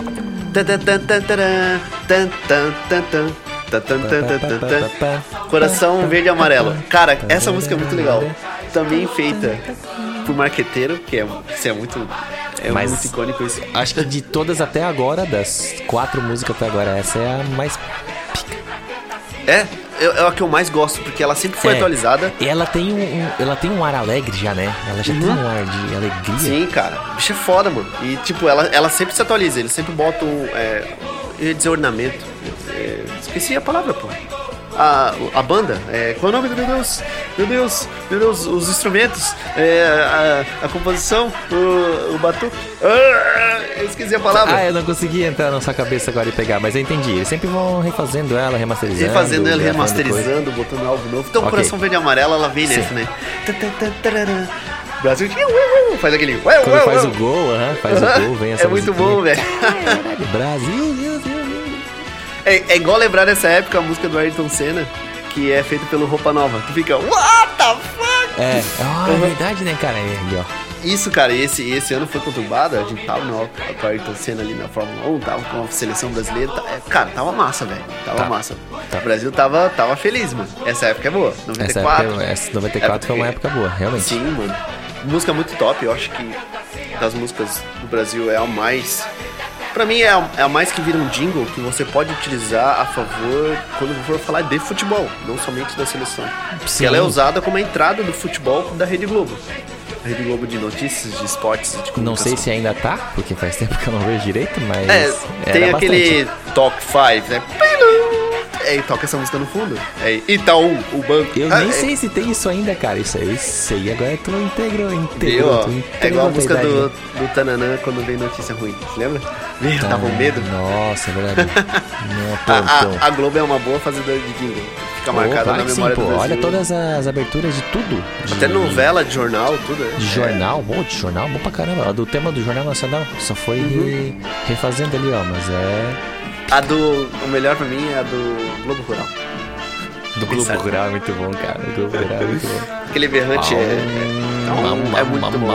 Speaker 1: Coração verde e amarelo. Cara, essa música é muito legal. Também feita por marqueteiro, que é, que é muito... É Mas muito icônico isso.
Speaker 2: Acho que de todas até agora, das quatro músicas até agora, essa é a mais pica.
Speaker 1: É, é a que eu mais gosto, porque ela sempre foi é, atualizada.
Speaker 2: E ela tem um, um, ela tem um ar alegre já, né? Ela já uhum. tem um ar de alegria.
Speaker 1: Sim, cara. O bicho é foda, mano. E, tipo, ela, ela sempre se atualiza. Eles sempre botam, é, eu ia dizer ornamento. É, esqueci a palavra, pô. A, a banda, é, qual é o nome do meu Deus? Meu Deus, meu Deus, os instrumentos, é, a, a composição, o, o batuque. Ah, eu esqueci a palavra.
Speaker 2: Ah, eu não consegui entrar na sua cabeça agora e pegar, mas eu entendi. Eles sempre vão refazendo ela, remasterizando.
Speaker 1: Refazendo ela, remasterizando, botando algo novo. Então, okay. Coração Verde e Amarelo, ela vem nessa, né? Brasil faz aquele.
Speaker 2: Quando faz o gol, uh-huh, faz o gol, vem essa
Speaker 1: É muito bom, velho.
Speaker 2: Brasil, meu Deus.
Speaker 1: É, é igual lembrar nessa época a música do Ayrton Senna, que é feita pelo Roupa Nova. Tu fica, what the fuck?
Speaker 2: É, oh, é verdade, né, cara? É, ó.
Speaker 1: Isso, cara, esse, esse ano foi conturbado, a gente tava no com a Ayrton Senna ali na Fórmula um, tava com a seleção brasileira, tá, é, cara, tava massa, velho, tava tá. massa. Tá. O Brasil tava, tava feliz, mano. Essa época é boa, noventa e quatro.
Speaker 2: Essa, época, essa noventa e quatro época, foi uma época boa, realmente.
Speaker 1: Sim, mano. Música muito top, eu acho que das músicas do Brasil é a mais... Pra mim é a, é a mais que vira um jingle que você pode utilizar a favor quando for falar de futebol, não somente da seleção. Sim. Ela é usada como a entrada do futebol da Rede Globo. A Rede Globo de notícias, de esportes, de comunicação.
Speaker 2: Não sei se ainda tá, porque faz tempo que eu não vejo direito, mas...
Speaker 1: É, tem aquele bastante. Top cinco, né? É, e toca essa música no fundo. É, Itaú, o banco.
Speaker 2: Eu
Speaker 1: ah,
Speaker 2: nem
Speaker 1: é.
Speaker 2: sei se tem isso ainda, cara. Isso aí, isso aí agora tu integrou, integrou.
Speaker 1: Viu, ó,
Speaker 2: tu integrou
Speaker 1: é igual a música do, do Tananã quando vem notícia ruim. Você lembra? Meu, ah, tava com medo.
Speaker 2: Nossa, é verdade. Não,
Speaker 1: a, a, a Globo é uma boa fazedora de jingle. Fica marcada oh, na memória sim, do Brasil.
Speaker 2: Olha todas as aberturas de tudo. De...
Speaker 1: Até novela, de jornal, tudo. Né?
Speaker 2: De jornal, bom, de jornal, bom pra caramba. Do tema do Jornal Nacional. Só foi uhum. refazendo ali, ó. Mas é...
Speaker 1: A do... O melhor pra mim é a do Globo Rural.
Speaker 2: Do Globo Rural é muito bom, cara. O Globo Rural é muito bom.
Speaker 1: Aquele berrante é, é, é muito bom.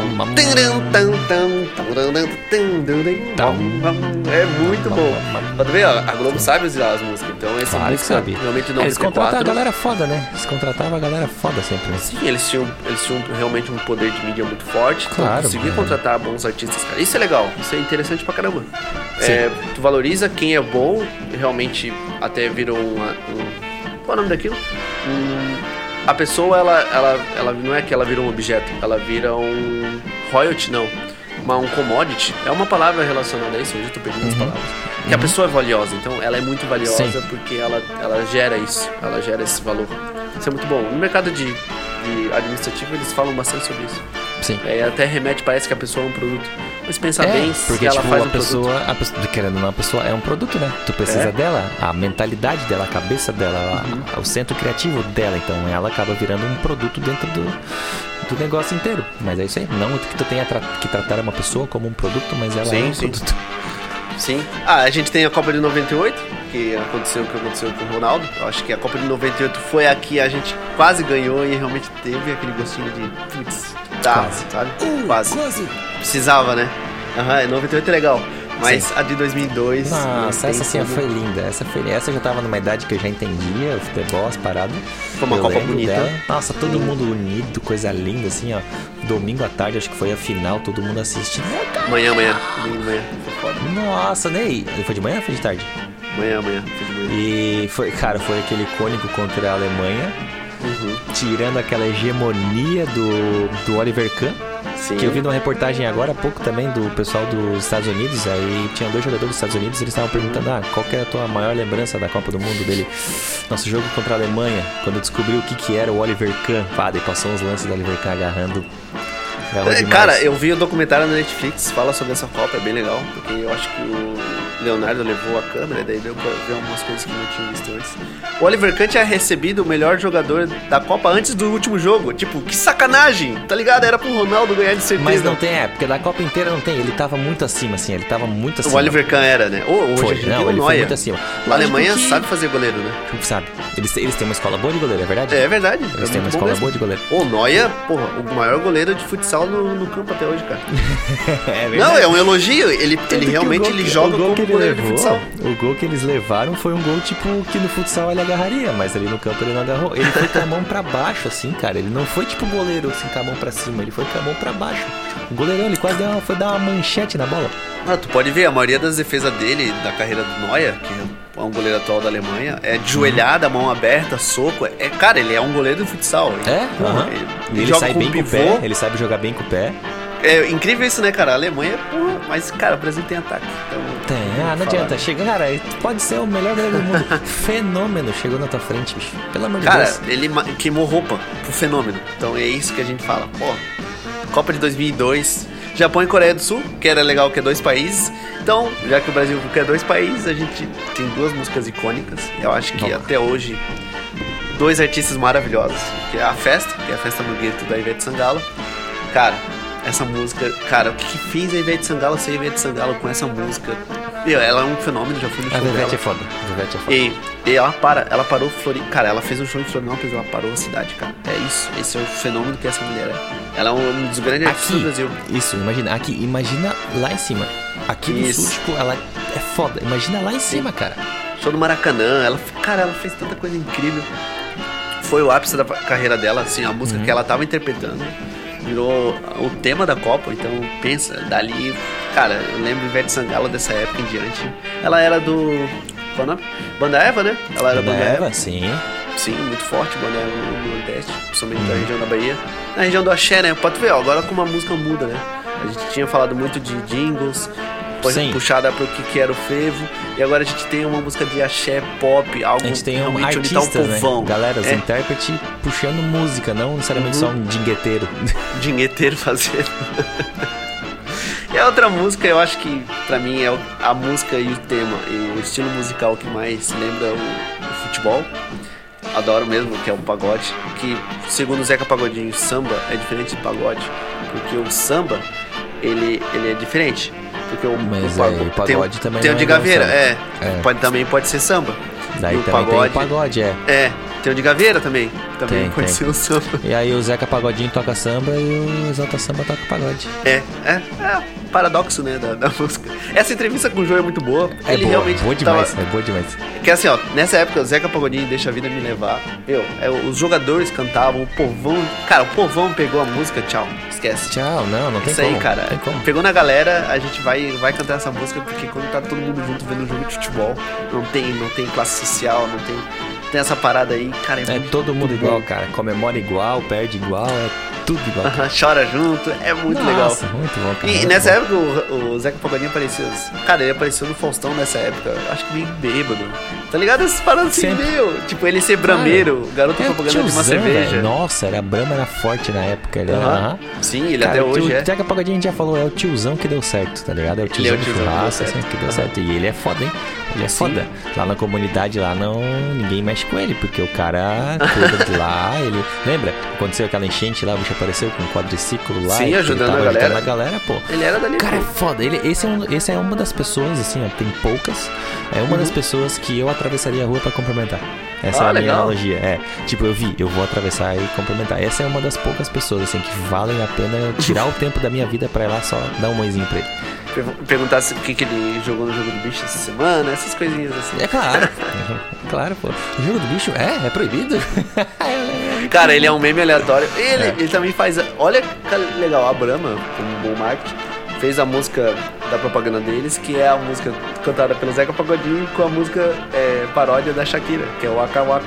Speaker 1: É muito bom. Pode ver, ó, a Globo sabe usar as músicas. Então essa
Speaker 2: claro
Speaker 1: música
Speaker 2: sabe.
Speaker 1: realmente não.
Speaker 2: Eles contratam a galera foda, né? Eles contratavam a galera foda sempre. Né?
Speaker 1: Sim, eles tinham, eles tinham realmente um poder de mídia muito forte.
Speaker 2: Claro.
Speaker 1: Então conseguir contratar bons artistas, cara. Isso é legal. Isso é interessante pra caramba. É, tu valoriza quem é bom, realmente até virou uma, um. Qual é o nome daquilo? Um, a pessoa, ela, ela, ela não é que ela vira um objeto, ela vira um royalty, não. Uma, um commodity. É uma palavra relacionada a isso, hoje eu tô perdendo uhum. as palavras. Que uhum. a pessoa é valiosa, então ela é muito valiosa Sim. porque ela, ela gera isso, ela gera esse valor. Isso é muito bom. No mercado de, de administrativo, eles falam bastante sobre isso.
Speaker 2: Sim.
Speaker 1: É, até remete, parece que a pessoa é um produto. Mas pensar
Speaker 2: é,
Speaker 1: bem
Speaker 2: porque,
Speaker 1: se ela
Speaker 2: tipo,
Speaker 1: faz
Speaker 2: a
Speaker 1: um
Speaker 2: pessoa,
Speaker 1: produto.
Speaker 2: a pessoa, querendo ou não, a pessoa é um produto, né? Tu precisa é. dela, a mentalidade dela, a cabeça dela, uhum. a, o centro criativo dela. Então ela acaba virando um produto dentro do, do negócio inteiro. Mas é isso aí. Não que tu tenha tra- que tratar uma pessoa como um produto, mas ela sim, é um sim. produto.
Speaker 1: Sim. Ah, a gente tem a Copa de noventa e oito, que aconteceu o que aconteceu com o Ronaldo. Eu acho que a Copa de noventa e oito foi a que a gente quase ganhou e realmente teve aquele gostinho de putz, tá, quase. sabe? Uh, quase. quase. Precisava, né? Aham, uhum, noventa e oito é legal. Mas sim. a de dois mil e dois...
Speaker 2: Nossa, essa sim foi linda. Essa, foi, essa eu já tava numa idade que eu já entendia o futebol, as paradas.
Speaker 1: Foi uma eu Copa bonita. Dela.
Speaker 2: Nossa, todo mundo unido, coisa linda, assim, ó. Domingo à tarde, acho que foi a final, todo mundo assistindo.
Speaker 1: Manhã, amanhã. Domingo, manhã. Foi foda.
Speaker 2: Nossa, Ney. Foi de manhã ou foi de tarde?
Speaker 1: Manhã, amanhã. Foi de manhã.
Speaker 2: E foi, cara, foi aquele icônico contra a Alemanha.
Speaker 1: Uhum.
Speaker 2: Tirando aquela hegemonia do, do Oliver Kahn. Sim. Que eu vi numa reportagem agora há pouco também do pessoal dos Estados Unidos. Aí tinha dois jogadores dos Estados Unidos. Eles estavam perguntando, ah, qual que é a tua maior lembrança da Copa do Mundo dele? Nosso jogo contra a Alemanha, quando descobriu o que que era o Oliver Kahn. Pá, daí passou uns lances do Oliver Kahn agarrando.
Speaker 1: É, cara, eu vi o documentário na Netflix, fala sobre essa Copa, é bem legal. Porque eu acho que o Leonardo levou a câmera, daí deu pra ver algumas coisas que não tinha visto antes. O Oliver Kahn tinha recebido o melhor jogador da Copa antes do último jogo. Tipo, que sacanagem, tá ligado? Era pro Ronaldo ganhar de certeza.
Speaker 2: Mas não tem, é, porque da Copa inteira não tem. Ele tava muito acima, assim, ele tava muito acima.
Speaker 1: O Oliver Kahn era, né? Ou hoje
Speaker 2: foi,
Speaker 1: a gente
Speaker 2: não,
Speaker 1: tem o
Speaker 2: ele
Speaker 1: Neuer.
Speaker 2: foi muito acima.
Speaker 1: A Alemanha que... sabe fazer goleiro, né?
Speaker 2: Sabe. Eles, eles têm uma escola boa de goleiro, é verdade?
Speaker 1: É verdade.
Speaker 2: Eles
Speaker 1: é
Speaker 2: têm uma escola
Speaker 1: mesmo.
Speaker 2: boa de goleiro.
Speaker 1: O Neuer, porra, o maior goleiro de futsal no, no campo até hoje, cara.
Speaker 2: É verdade.
Speaker 1: Não, é um elogio. Ele, ele realmente ele
Speaker 2: que,
Speaker 1: joga como
Speaker 2: que
Speaker 1: goleiro
Speaker 2: levou,
Speaker 1: de futsal.
Speaker 2: O gol que eles levaram foi um gol, tipo, que no futsal ele agarraria, mas ali no campo ele não agarrou. Ele foi com a mão pra baixo, assim, cara. Ele não foi tipo goleiro, assim, com a mão pra cima. Ele foi com a mão pra baixo. O goleirão, ele quase deu uma, foi dar uma manchete na bola.
Speaker 1: Ah, tu pode ver, a maioria das defesas dele, da carreira do Neuer, que é um goleiro atual da Alemanha, é de joelhada, mão aberta, soco. É, cara, ele é um goleiro de futsal. Ele,
Speaker 2: é?
Speaker 1: Porra,
Speaker 2: uhum.
Speaker 1: Ele,
Speaker 2: ele,
Speaker 1: ele joga
Speaker 2: sai
Speaker 1: com
Speaker 2: bem
Speaker 1: pivô.
Speaker 2: com o pé, ele sabe jogar bem com o pé.
Speaker 1: É incrível isso, né, cara? A Alemanha, porra, mas, cara, o Brasil tem ataque. Então,
Speaker 2: tem, ah, não adianta. Chega, cara, pode ser o melhor goleiro do mundo. Fenômeno chegou na tua frente, bicho. Pelo amor de
Speaker 1: cara,
Speaker 2: Deus.
Speaker 1: Cara, ele queimou roupa pro fenômeno. Então é isso que a gente fala. Pô, Copa de dois mil e dois, Japão e Coreia do Sul, que era legal, que é dois países. Então, já que o Brasil quer dois países, a gente tem duas músicas icônicas. Eu acho que Não. até hoje, dois artistas maravilhosos. Que é a Festa, que é a Festa no Gueto da Ivete Sangalo. Cara, essa música, cara, o que, que fez a Ivete Sangalo ser Ivete Sangalo com essa música? Meu, ela é um fenômeno, já fui no show dela.
Speaker 2: A Ivete é foda, a Ivete é foda.
Speaker 1: E, e ela para, ela parou Flori... Cara, ela fez um show em Florianópolis, ela parou a cidade, cara. É isso, esse é o fenômeno que essa mulher é. Ela é um dos grandes artistas do Brasil.
Speaker 2: Isso, imagina, aqui, imagina lá em cima. Aqui no
Speaker 1: isso.
Speaker 2: sul, tipo, ela é foda. Imagina lá em cima, cara.
Speaker 1: Show do Maracanã, ela, cara, ela fez tanta coisa incrível. Foi o ápice da carreira dela, assim, a música uhum. que ela tava interpretando virou o tema da Copa, então pensa, dali, cara, eu lembro Ivete Sangalo dessa época em diante. Ela era do, qual é o nome? Banda Eva, né? Ela era
Speaker 2: Banda,
Speaker 1: Banda
Speaker 2: Eva,
Speaker 1: Eva,
Speaker 2: sim.
Speaker 1: Sim, muito forte, Banda Eva no Nordeste, principalmente uhum. da região da Bahia. Na região do Axé, né? Pode ver, ó, agora como a música muda, né? A gente tinha falado muito de jingles, Sim. puxada pro que, que era o frevo, e agora a gente tem uma música de axé, pop, algo
Speaker 2: a gente tem um artista, um povão. Né? Galera, os é. intérpretes puxando música, não necessariamente uhum. só um dingueteiro.
Speaker 1: Dingueteiro fazendo. E a outra música, eu acho que pra mim é a música e o tema, e o estilo musical que mais lembra o, o futebol. Adoro mesmo, que é o pagode, que segundo o Zeca Pagodinho, samba é diferente de pagode, porque o samba, ele, ele é diferente. Porque o,
Speaker 2: Mas
Speaker 1: o,
Speaker 2: é, o pagode tem, também
Speaker 1: tem
Speaker 2: não
Speaker 1: o de
Speaker 2: é
Speaker 1: Gaveira,
Speaker 2: é.
Speaker 1: é. Pode, também pode ser samba.
Speaker 2: Daí
Speaker 1: e o
Speaker 2: também
Speaker 1: pagode,
Speaker 2: tem o pagode, é.
Speaker 1: É, tem o de Gaveira também. Também
Speaker 2: tem,
Speaker 1: pode
Speaker 2: tem.
Speaker 1: ser o samba.
Speaker 2: E aí o Zeca Pagodinho toca samba e o Exalta Samba toca pagode.
Speaker 1: É, é, é paradoxo, né, da, da música. Essa entrevista com o João é muito boa.
Speaker 2: É
Speaker 1: Ele
Speaker 2: boa,
Speaker 1: realmente
Speaker 2: boa demais,
Speaker 1: tava...
Speaker 2: é boa demais.
Speaker 1: Que assim, ó, nessa época o Zeca Pagodinho Deixa a Vida Me Levar. Meu, é, os jogadores cantavam, o povão... Cara, o povão pegou a música, tchau, esquece.
Speaker 2: Tchau, não, não tem
Speaker 1: Isso
Speaker 2: como.
Speaker 1: aí, cara.
Speaker 2: Tem como.
Speaker 1: Pegou na galera, a gente vai, vai cantar essa música, porque quando tá todo mundo junto vendo um jogo de futebol, não tem, não tem classe social, não tem... Tem essa parada aí, cara. É,
Speaker 2: é todo mundo igual, cara. Comemora igual, perde igual, é tudo igual.
Speaker 1: Uh-huh, chora junto, é muito
Speaker 2: Nossa,
Speaker 1: legal.
Speaker 2: Muito bom, cara.
Speaker 1: E
Speaker 2: muito
Speaker 1: nessa
Speaker 2: bom.
Speaker 1: época o, o Zeca Pagodinho apareceu. Cara, ele apareceu no Faustão nessa época. Acho que meio bêbado. Tá ligado? Essas paradas assim, meu. Tipo, ele ser brameiro, cara, garoto
Speaker 2: é
Speaker 1: propaganda de uma cerveja.
Speaker 2: Véio. Nossa, era Brahma, era forte na época. Ele
Speaker 1: uh-huh.
Speaker 2: era, uh-huh.
Speaker 1: Sim, ele
Speaker 2: cara,
Speaker 1: até hoje
Speaker 2: o
Speaker 1: é.
Speaker 2: O Zeca Pagodinho a gente já falou, é o tiozão que deu certo, tá ligado? É o tiozão,
Speaker 1: ele é o tiozão
Speaker 2: de churrasco,
Speaker 1: que deu certo.
Speaker 2: Assim, que deu uh-huh. certo. E ele é foda, hein? Ele é Sim. foda. Lá na comunidade, lá não, ninguém mexe com ele, porque o cara cuida de lá. Ele... Lembra? Aconteceu aquela enchente lá, o bicho apareceu com um quadriciclo lá.
Speaker 1: Sim, ajudando a galera.
Speaker 2: Ajudando a galera, pô.
Speaker 1: Ele era dali.
Speaker 2: O cara
Speaker 1: pô.
Speaker 2: é foda. Ele, esse, é um, esse é uma das pessoas, assim, ó, tem poucas. É uma uhum. das pessoas que eu atravessaria a rua pra cumprimentar. Essa ah, é a minha legal. analogia. É, tipo, eu vi, eu vou atravessar e cumprimentar. Essa é uma das poucas pessoas, assim, que valem a pena tirar o tempo da minha vida pra ir lá só dar um mãozinho pra ele.
Speaker 1: Perguntar se o que, que ele jogou no Jogo do Bicho essa semana, essas coisinhas assim.
Speaker 2: É claro. Claro, pô. O Jogo do Bicho é? É proibido?
Speaker 1: Cara, ele é um meme aleatório. Ele, é. ele também faz... Olha que legal, a Brahma, como um bom marketing, fez a música da propaganda deles, que é a música cantada pelo Zeca Pagodinho com a música é, paródia da Shakira, que é o Waka Waka.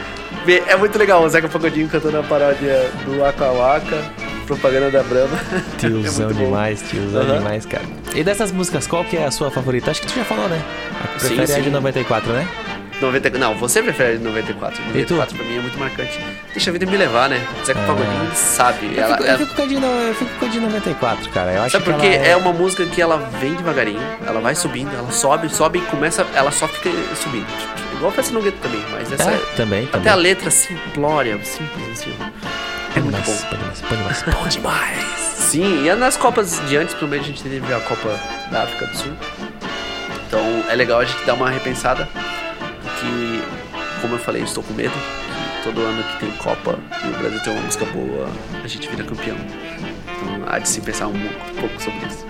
Speaker 1: É muito legal o Zeca Pagodinho cantando a paródia do Waka Waka, propaganda da Brahma.
Speaker 2: Tiozão
Speaker 1: é
Speaker 2: demais, tiozão uhum. demais, cara. E dessas músicas, qual que é a sua favorita? Acho que tu já falou, né? A que prefere sim, sim. a de noventa e quatro, né?
Speaker 1: noventa, não, você prefere a de noventa e quatro. noventa e quatro pra mim é muito marcante. Deixa a vida me levar, né? Zeca é. Pagodinho sabe.
Speaker 2: Eu,
Speaker 1: ela,
Speaker 2: fico,
Speaker 1: ela...
Speaker 2: eu, fico com a de, eu fico com a de noventa e quatro, cara. Eu acho
Speaker 1: sabe
Speaker 2: que
Speaker 1: porque
Speaker 2: ela é...
Speaker 1: é uma música que ela vem devagarinho, ela vai subindo, ela sobe, sobe e começa, ela só fica subindo. Igual a Festa no Gueto também, mas essa
Speaker 2: é,
Speaker 1: é...
Speaker 2: também,
Speaker 1: até
Speaker 2: também.
Speaker 1: a letra simplória, simples assim. É muito
Speaker 2: demais,
Speaker 1: bom.
Speaker 2: Bom demais, bom demais. Bom demais.
Speaker 1: Sim, e nas Copas de antes, pelo menos a gente teve a Copa da África do Sul. Então é legal a gente dar uma repensada, porque, como eu falei, eu estou com medo que todo ano que tem Copa e o Brasil tem uma música boa, a gente vira campeão. Então há de se pensar um, um pouco sobre isso.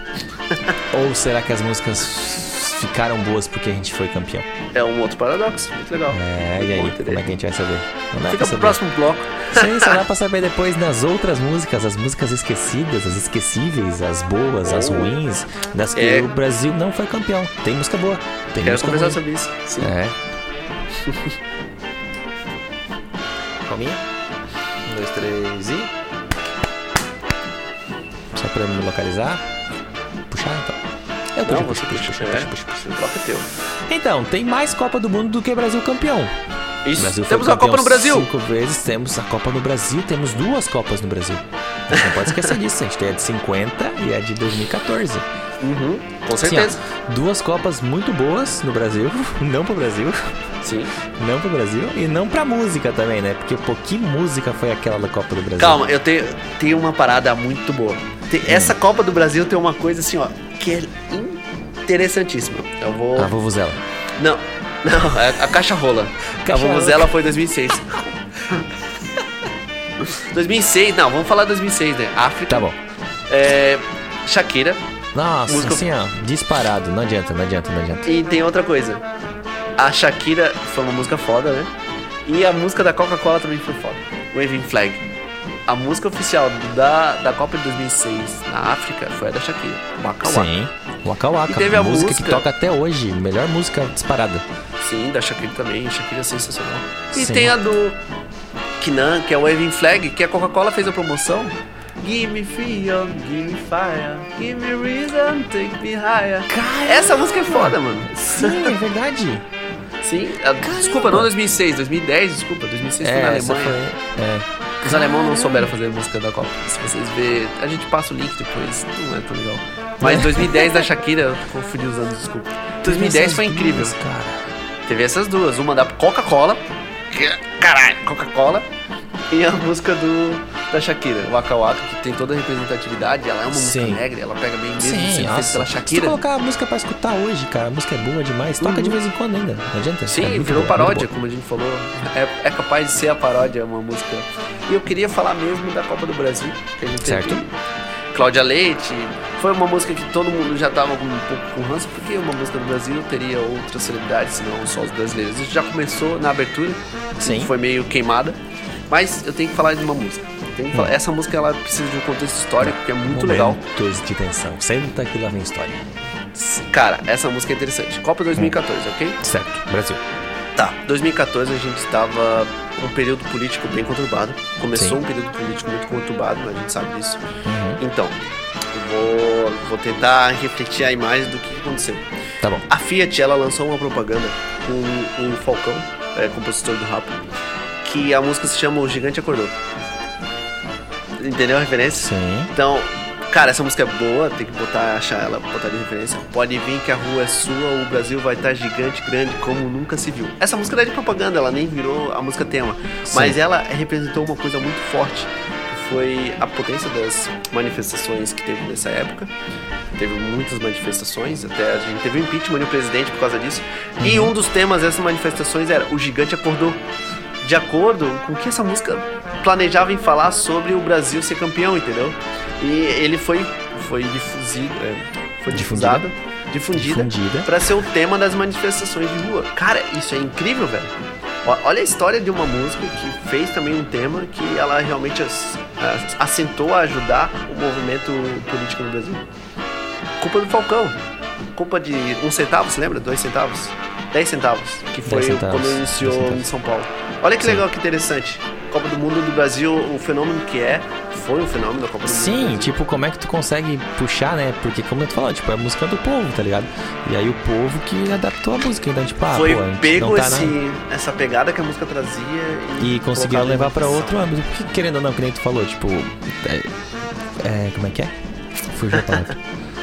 Speaker 2: Ou será que as músicas ficaram boas porque a gente foi campeão?
Speaker 1: É um outro paradoxo, muito legal.
Speaker 2: É, muito e aí, como é que a gente vai saber? Não dá
Speaker 1: Fica pro próximo bloco.
Speaker 2: Sim, só dá pra saber depois nas outras músicas, as músicas esquecidas, as esquecíveis, as boas, oh. as ruins, das que é. o Brasil não foi campeão. Tem música boa, tem
Speaker 1: Quero
Speaker 2: música
Speaker 1: conversar
Speaker 2: ruim.
Speaker 1: sobre isso, sim.
Speaker 2: É. Calminha. Um, dois, três e... Só pra me localizar. Puxar, então. Eu
Speaker 1: Não,
Speaker 2: puxo, puxo, puxo, puxo, puxo, puxo.
Speaker 1: O bloco é teu.
Speaker 2: Então, tem mais Copa do Mundo do que Brasil campeão.
Speaker 1: Isso,
Speaker 2: Brasil
Speaker 1: temos a Copa no Brasil.
Speaker 2: Cinco vezes, temos a Copa no Brasil, temos duas Copas no Brasil. A gente não pode esquecer disso, a gente tem a de cinquenta e a de dois mil e catorze.
Speaker 1: Uhum, com certeza.
Speaker 2: Assim, ó, duas Copas muito boas no Brasil, não pro Brasil.
Speaker 1: Sim.
Speaker 2: Não pro Brasil e não pra música também, né? Porque, pô, que música foi aquela da Copa do Brasil?
Speaker 1: Calma, eu tenho, tenho uma parada muito boa. Tem, essa Copa do Brasil tem uma coisa assim, ó, que é interessantíssima. Eu vou...
Speaker 2: A Vuvuzela.
Speaker 1: Não, não, é a Caixa Rola. A Vuvuzela foi em dois mil e seis. dois mil e seis, não, vamos falar dois mil e seis, né? África.
Speaker 2: Tá bom.
Speaker 1: É, Shakira.
Speaker 2: Nossa,
Speaker 1: música...
Speaker 2: assim, ó, disparado. Não adianta, não adianta, não adianta.
Speaker 1: E tem outra coisa. A Shakira foi uma música foda, né? E a música da Coca-Cola também foi foda. Waving Flag. A música oficial da, da Copa de dois mil e seis na África foi a da Shakira. Waka Waka.
Speaker 2: Sim, Waka Waka.
Speaker 1: E teve a
Speaker 2: música,
Speaker 1: música
Speaker 2: que toca até hoje. Melhor música disparada.
Speaker 1: Sim, da Shakira também. Shakira é sensacional. E
Speaker 2: Sim.
Speaker 1: tem a do Kinan, que é o Waving Flag, que a Coca-Cola fez a promoção. Give me freedom, give me fire, give me reason, take me higher.
Speaker 2: Caramba.
Speaker 1: Essa música é foda, mano.
Speaker 2: Sim, é verdade.
Speaker 1: Sim, a, desculpa, não dois mil e seis, dois mil e dez, desculpa, dois mil e seis foi
Speaker 2: É,
Speaker 1: na
Speaker 2: essa
Speaker 1: Alemanha.
Speaker 2: foi... É.
Speaker 1: Os alemãos não souberam fazer música da Copa. Se vocês verem, a gente passa o link depois, não é tão legal. Mas dois mil e dez da Shakira, eu confundi os anos, desculpa. dois mil e dez foi incrível.
Speaker 2: Duas, cara.
Speaker 1: Teve essas duas, uma da Coca-Cola, que, caralho, Coca-Cola, e a música do, da Shakira, Waka Waka, que tem toda a representatividade, ela é uma
Speaker 2: Sim.
Speaker 1: música alegre, ela pega bem mesmo,
Speaker 2: Sim,
Speaker 1: sendo
Speaker 2: nossa.
Speaker 1: feita pela
Speaker 2: Se tu
Speaker 1: Shakira.
Speaker 2: colocar a música pra escutar hoje, cara, a música é boa demais. Toca
Speaker 1: Uhum.
Speaker 2: de vez em quando ainda, não adianta.
Speaker 1: Sim,
Speaker 2: é muito
Speaker 1: virou
Speaker 2: boa,
Speaker 1: paródia,
Speaker 2: muito boa.
Speaker 1: como a gente falou. É, é capaz de ser a paródia, uma música. E eu queria falar mesmo da Copa do Brasil, que a gente
Speaker 2: Certo.
Speaker 1: teve Cláudia Leite. Foi uma música que todo mundo já tava com um pouco com ranço, porque uma música do Brasil teria outras celebridades, senão só os brasileiros. Isso já começou na abertura,
Speaker 2: Sim.
Speaker 1: foi meio queimada. Mas eu tenho que falar de uma música. Tenho que falar- Essa música ela precisa de um contexto histórico, que é muito legal.
Speaker 2: Momentos de tensão. Senta que lá vem história.
Speaker 1: Cara, essa música é interessante. Copa dois mil e catorze, ok?
Speaker 2: Certo, Brasil.
Speaker 1: Tá, dois mil e catorze a gente estava um período político bem conturbado. Começou
Speaker 2: Sim.
Speaker 1: um período político muito conturbado, a gente sabe disso.
Speaker 2: Uhum.
Speaker 1: Então, eu vou, vou tentar refletir a imagem do que aconteceu.
Speaker 2: Tá bom.
Speaker 1: A Fiat, ela lançou uma propaganda com o Falcão, é, compositor do rap, que a música se chama O Gigante Acordou. Entendeu a referência?
Speaker 2: Sim.
Speaker 1: Então, cara, essa música é boa, tem que botar, achar ela, botar de referência. Pode vir que a rua é sua, o Brasil vai estar gigante, grande, como nunca se viu. Essa música não é de propaganda, ela nem virou a música tema.
Speaker 2: Sim.
Speaker 1: Mas ela representou uma coisa muito forte, que foi a potência das manifestações que teve nessa época. Teve muitas manifestações, até a gente teve o impeachment do presidente por causa disso. Uhum. E um dos temas dessas manifestações era O Gigante Acordou. De acordo com o que essa música planejava em falar sobre o Brasil ser campeão, entendeu? E ele foi, foi difusido, é, foi difusado, difundida, difundida para ser o tema das manifestações de rua. Cara, isso é incrível, velho. Olha a história de uma música que fez também um tema que ela realmente assentou a ajudar o movimento político no Brasil. Culpa do Falcão. Culpa de um centavo, você lembra? Dois centavos? Dez centavos, que foi
Speaker 2: centavos,
Speaker 1: quando iniciou em São Paulo. Olha que Sim. legal, que interessante. Copa do Mundo do Brasil, o fenômeno que é, foi um fenômeno da Copa do Mundo.
Speaker 2: Sim, tipo, como é que tu consegue puxar, né? Porque, como tu falou, tipo, é a música do povo, tá ligado? E aí o povo que adaptou a música, então, tipo, ah,
Speaker 1: foi
Speaker 2: pô,
Speaker 1: pego
Speaker 2: não tá
Speaker 1: esse,
Speaker 2: na...
Speaker 1: essa pegada que a música trazia
Speaker 2: e, e conseguiram levar pra outro âmbito. Porque, querendo ou não, que nem tu falou, tipo, é, é como é que é? Fugiu a palavra.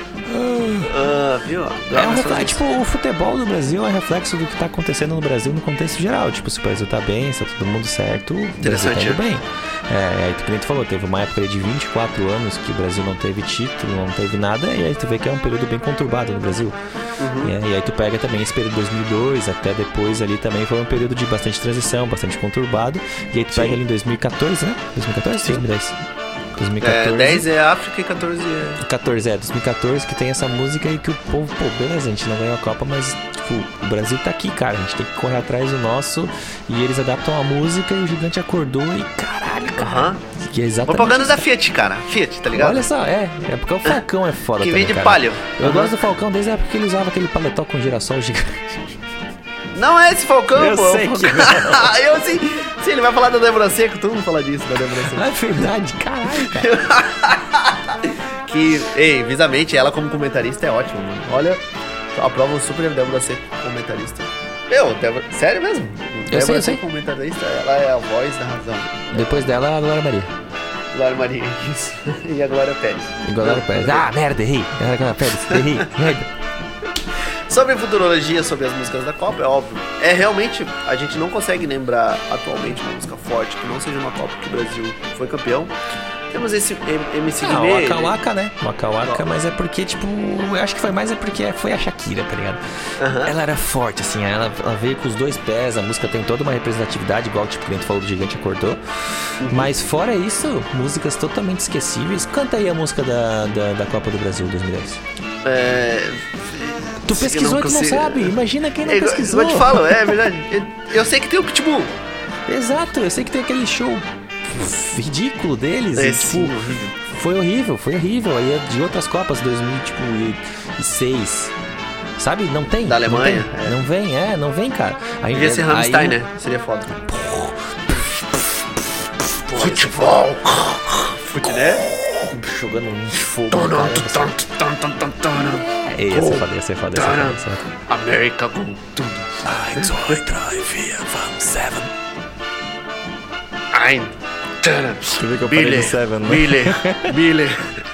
Speaker 1: Uh, viu?
Speaker 2: É um reflexo, tipo, o futebol do Brasil é reflexo do que tá acontecendo no Brasil no contexto geral. Tipo, se o Brasil tá bem, se tá todo mundo certo, o Brasil tá indo bem. É, aí tu que nem tu falou, teve uma época de vinte e quatro anos que o Brasil não teve título, não teve nada, e aí tu vê que é um período bem conturbado no Brasil. Uhum. E, e aí tu pega também esse período de dois mil e dois, até depois ali também foi um período de bastante transição, bastante conturbado. E aí tu Sim. pega ali em dois mil e catorze, né? dois mil e catorze? Sim. dois mil e dez. dois mil e catorze.
Speaker 1: É, dez é África e catorze é...
Speaker 2: catorze é, dois mil e catorze, que tem essa música e que o povo, pô, beleza, a gente não ganhou a Copa, mas, tipo, o Brasil tá aqui, cara, a gente tem que correr atrás do nosso, e eles adaptam a música e o gigante acordou e, caralho, cara.
Speaker 1: Uhum.
Speaker 2: Que é exatamente
Speaker 1: propaganda
Speaker 2: isso.
Speaker 1: Da Fiat, cara, Fiat, tá ligado?
Speaker 2: Olha só, é, é porque o Falcão é foda
Speaker 1: que
Speaker 2: também,
Speaker 1: vem de
Speaker 2: cara.
Speaker 1: palio.
Speaker 2: Eu
Speaker 1: uhum.
Speaker 2: gosto do Falcão desde a época que ele usava aquele paletó com girassol gigante.
Speaker 1: Não é esse Falcão,
Speaker 2: eu
Speaker 1: pô.
Speaker 2: Sei que
Speaker 1: eu sei. Sim, ele vai falar da Débora Seco, todo mundo fala disso, da Débora Seco.
Speaker 2: É verdade, caralho, cara.
Speaker 1: Que, ei, visamente, ela como comentarista é ótima, mano. Olha, aprova super a Débora Seco como comentarista. Meu, Débora, sério mesmo?
Speaker 2: Eu
Speaker 1: Débora
Speaker 2: sei, eu
Speaker 1: Seco
Speaker 2: sei.
Speaker 1: como comentarista, ela é a voz da razão.
Speaker 2: Depois dela, a Glória Maria.
Speaker 1: Glória Maria, isso. E a Glória Pérez.
Speaker 2: E Glória Pérez. Ah, merda, errei. Glória Pérez, errei, merda.
Speaker 1: Sobre a futurologia, sobre as músicas da Copa, é óbvio. É realmente, a gente não consegue lembrar atualmente uma música forte que não seja uma Copa que o Brasil foi campeão. Temos esse M C
Speaker 2: ah,
Speaker 1: Guimê.
Speaker 2: O Waka Waka, né? O Waka Waka, mas é porque, tipo, eu acho que foi mais é porque foi a Shakira, tá ligado? Uh-huh. Ela era forte, assim, ela, ela veio com os dois pés, a música tem toda uma representatividade, igual tipo, que a gente falou do Gigante Acordou. Uhum. Mas fora isso, músicas totalmente esquecíveis. Canta aí a música da, da, da Copa do Brasil dois mil e dez.
Speaker 1: É...
Speaker 2: Tu pesquisou e tu não sabe? Imagina quem não
Speaker 1: é,
Speaker 2: pesquisou.
Speaker 1: Eu te falo, é verdade. Eu, eu sei que tem o Pitbull.
Speaker 2: Exato, eu sei que tem aquele show ridículo deles.
Speaker 1: É,
Speaker 2: e,
Speaker 1: sim,
Speaker 2: tipo,
Speaker 1: horrível.
Speaker 2: Foi horrível, foi horrível. Aí é de outras Copas, dois mil e seis. Sabe? Não tem.
Speaker 1: Da Alemanha?
Speaker 2: Não, é. não vem, é, não vem, cara. Aí,
Speaker 1: devia ser Rammstein, né? Seria foda. Futebol. Futebol, né?
Speaker 2: Jogando um fogo. É, esse é foda, esse é foda, esse é foda.
Speaker 1: América com tudo.
Speaker 2: eins, dois, três, vier, fünf, sete.
Speaker 1: Ein.
Speaker 2: Tu vê que eu falei do Seven, né?
Speaker 1: Billy. Billy.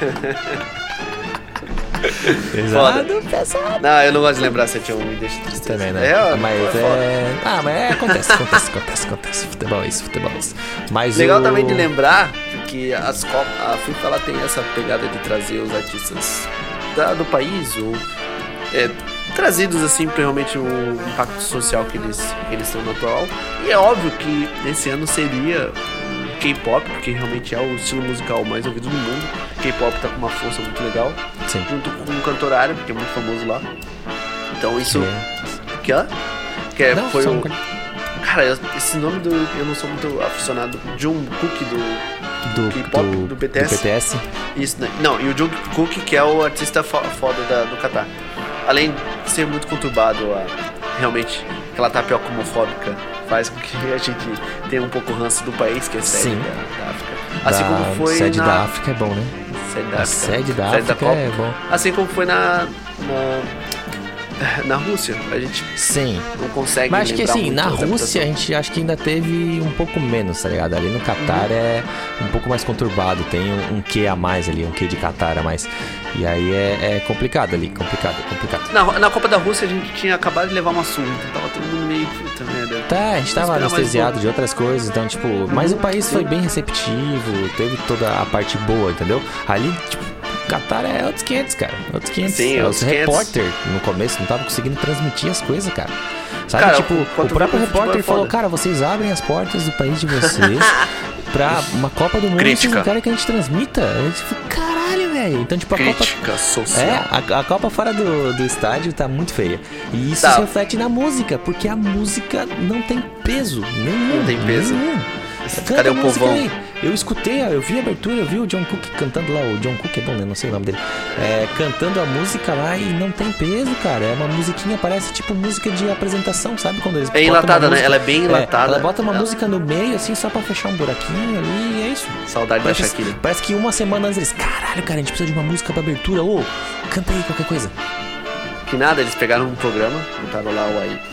Speaker 2: Pesado, pesado.
Speaker 1: Não, eu não gosto de lembrar sete a um, me deixa triste.
Speaker 2: Também, né?
Speaker 1: É,
Speaker 2: mas
Speaker 1: é...
Speaker 2: é... Ah, mas é, acontece, acontece, acontece, acontece. Futebol é isso, futebol é isso. Mas
Speaker 1: legal
Speaker 2: o...
Speaker 1: também de lembrar que as Copas, a FIFA ela tem essa pegada de trazer os artistas da, do país, ou é, trazidos assim para realmente o impacto social que eles, que eles têm no atual. E é óbvio que esse ano seria K-pop, porque realmente é o estilo musical mais ouvido no mundo. K-pop tá com uma força muito legal.
Speaker 2: Sim.
Speaker 1: Junto com um cantor árabe, que é muito famoso lá. Então isso...
Speaker 2: Que
Speaker 1: é? Que é,
Speaker 2: não,
Speaker 1: foi o...
Speaker 2: Um...
Speaker 1: Cara, esse nome do... Eu não sou muito aficionado. Jungkook do...
Speaker 2: Do
Speaker 1: K-pop,
Speaker 2: do,
Speaker 1: do B T S.
Speaker 2: Do B T S.
Speaker 1: Isso, né? Não, e o Jungkook, que é o artista foda da, do Catar. Além de ser muito conturbado, a, realmente, aquela tapioca homofóbica faz com que a gente tenha um pouco ranço do país, que é sede da, da África. Assim
Speaker 2: da,
Speaker 1: como foi
Speaker 2: sede
Speaker 1: na...
Speaker 2: da África é bom, né?
Speaker 1: Sede da
Speaker 2: a
Speaker 1: África.
Speaker 2: Sede da
Speaker 1: sede
Speaker 2: África
Speaker 1: da
Speaker 2: é bom.
Speaker 1: Assim como foi na... na... Na Rússia, a gente
Speaker 2: Sim.
Speaker 1: não consegue.
Speaker 2: Mas acho que assim, na Rússia a gente acho que ainda teve um pouco menos, tá ligado? Ali no Catar uhum. é um pouco mais conturbado, tem um, um quê a mais ali, um quê de Catar a mais. E aí é, é complicado ali, complicado, complicado.
Speaker 1: Na, na Copa da Rússia a gente tinha acabado de levar uma surra, então tava todo mundo meio puta merda.
Speaker 2: Tá, a gente tava anestesiado de outras coisas, então tipo, uhum. mas o país foi bem receptivo, teve toda a parte boa, entendeu? Ali, tipo, Catar é outros quinhentos, cara. Outros quinhentos.
Speaker 1: Sim,
Speaker 2: os repórter no começo não tava conseguindo transmitir as coisas, cara. Sabe,
Speaker 1: cara,
Speaker 2: tipo, o próprio repórter falou, cara, vocês abrem as portas do país de vocês pra uma Copa do Mundo e vocês não querem que a gente transmita. A gente falou, caralho, velho. Então, tipo, a
Speaker 1: Crítica
Speaker 2: Copa...
Speaker 1: social.
Speaker 2: É, a, a Copa fora do, do estádio tá muito feia. E isso
Speaker 1: tá.
Speaker 2: se reflete na música, porque a música não tem peso nenhum.
Speaker 1: Não tem peso.
Speaker 2: Nenhum.
Speaker 1: Cadê o povão?
Speaker 2: Aí. Eu escutei, eu vi a abertura, eu vi o John Cook cantando lá, o John Cook é bom, né? Não sei o nome dele. É, cantando a música lá e não tem peso, cara. É uma musiquinha, parece tipo música de apresentação, sabe? Quando eles
Speaker 1: é enlatada, né? Ela é bem enlatada.
Speaker 2: É, ela bota uma ela... música no meio, assim, só pra fechar um buraquinho ali e é isso.
Speaker 1: Saudade
Speaker 2: parece,
Speaker 1: da Shakira.
Speaker 2: Parece que uma semana antes eles, caralho, cara, a gente precisa de uma música pra abertura. Ô, canta aí qualquer coisa.
Speaker 1: Que nada, eles pegaram um programa, botaram lá o aí.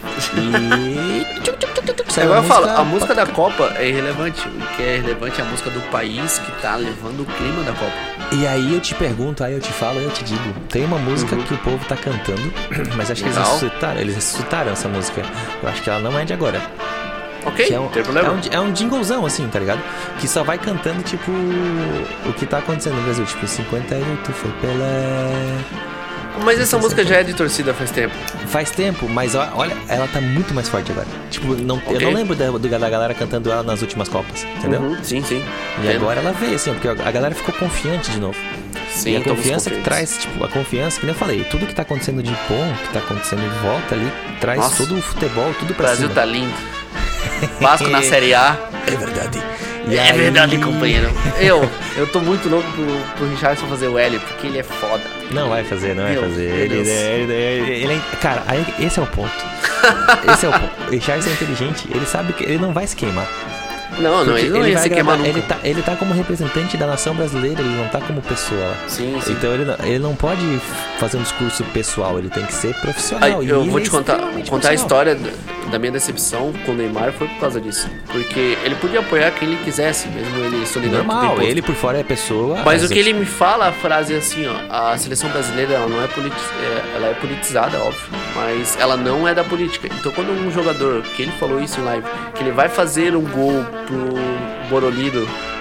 Speaker 2: E...
Speaker 1: Agora eu falo, a música da Copa é irrelevante. O que é relevante é a música do país que tá levando o clima da Copa.
Speaker 2: E aí eu te pergunto, aí eu te falo, eu te digo. Tem uma música uhum. que o povo tá cantando, mas acho que eles ressuscitaram, eles ressuscitaram essa música. Eu acho que ela não é de agora.
Speaker 1: Ok,
Speaker 2: é um,
Speaker 1: tem problema.
Speaker 2: É um, é um jinglezão, assim, tá ligado? Que só vai cantando, tipo, o que tá acontecendo no Brasil. Tipo, cinquenta e oito foi Pelé...
Speaker 1: Mas essa música já é de torcida faz tempo.
Speaker 2: Faz tempo, mas olha, ela tá muito mais forte agora. Tipo, não, okay. eu não lembro da, da galera cantando ela nas últimas Copas, entendeu?
Speaker 1: Uhum, sim, sim.
Speaker 2: E Entendo. Agora ela veio, assim, porque a galera ficou confiante de novo.
Speaker 1: Sim,
Speaker 2: e a confiança que traz, tipo, a confiança, que nem eu falei, tudo que tá acontecendo de bom, que tá acontecendo de volta ali, traz Nossa. todo o futebol, tudo pra
Speaker 1: Brasil
Speaker 2: cima.
Speaker 1: Brasil tá lindo. Vasco na Série A.
Speaker 2: É verdade.
Speaker 1: E é aí... verdade, companheiro. Eu, eu tô muito louco pro, pro Richardson fazer o L, porque ele é foda.
Speaker 2: Não vai fazer, não Meu vai fazer. Ele, ele, ele, ele, ele é, cara, aí, esse é o ponto. Esse é o ponto. O Richardson é inteligente, ele sabe que ele não vai se queimar.
Speaker 1: Não, não, ele não
Speaker 2: ele
Speaker 1: ia se queimar nunca.
Speaker 2: Ele tá, ele tá como representante da nação brasileira, ele não tá como pessoa.
Speaker 1: Sim, sim.
Speaker 2: Então ele não, ele não pode fazer um discurso pessoal, ele tem que ser profissional.
Speaker 1: Aí, eu
Speaker 2: e
Speaker 1: vou te
Speaker 2: é
Speaker 1: contar, contar a história da minha decepção com o Neymar foi por causa disso. Porque ele podia apoiar quem ele quisesse, mesmo ele solidário.
Speaker 2: Normal, ele por fora é pessoa.
Speaker 1: Mas o que ele me fala, a frase é assim, ó, a seleção brasileira ela não é, politi- é, ela é politizada, óbvio, mas ela não é da política. Então quando um jogador, que ele falou isso em live, que ele vai fazer um gol pro Borolido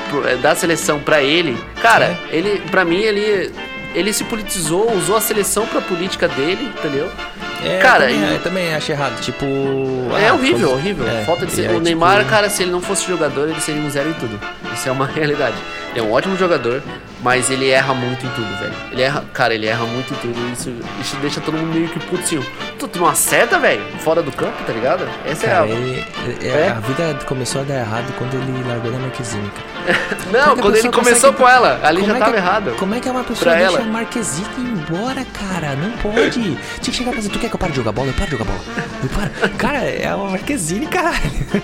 Speaker 1: da seleção pra ele, cara, é. ele, pra mim, ele, ele se politizou, usou a seleção pra política dele, entendeu?
Speaker 2: É,
Speaker 1: cara,
Speaker 2: eu também,
Speaker 1: e...
Speaker 2: eu também achei errado, tipo...
Speaker 1: É
Speaker 2: ah,
Speaker 1: horrível,
Speaker 2: como...
Speaker 1: horrível.
Speaker 2: É,
Speaker 1: Falta de ser...
Speaker 2: aí,
Speaker 1: O Neymar,
Speaker 2: tipo...
Speaker 1: cara, se ele não fosse jogador, ele seria um zero em tudo. Isso é uma realidade. Ele é um ótimo jogador, mas ele erra muito em tudo, velho. Ele erra... Cara, ele erra muito em tudo e isso, isso deixa todo mundo meio que putinho. Tu, tu não acerta, velho? Fora do campo, tá ligado? Essa
Speaker 2: cara,
Speaker 1: é a...
Speaker 2: Ele, é? A vida começou a dar errado quando ele largou da Marquezine, cara.
Speaker 1: Não, quando ele começou consegue... com ela, ali já
Speaker 2: é
Speaker 1: tava
Speaker 2: que,
Speaker 1: errado.
Speaker 2: Como é que uma pessoa deixa ela? a Marquezine ir embora, cara? Não pode. Tinha que chegar pra dizer, tu quer que eu pare de jogar bola? Eu paro de jogar bola. Eu paro. Cara, é uma Marquezine, caralho.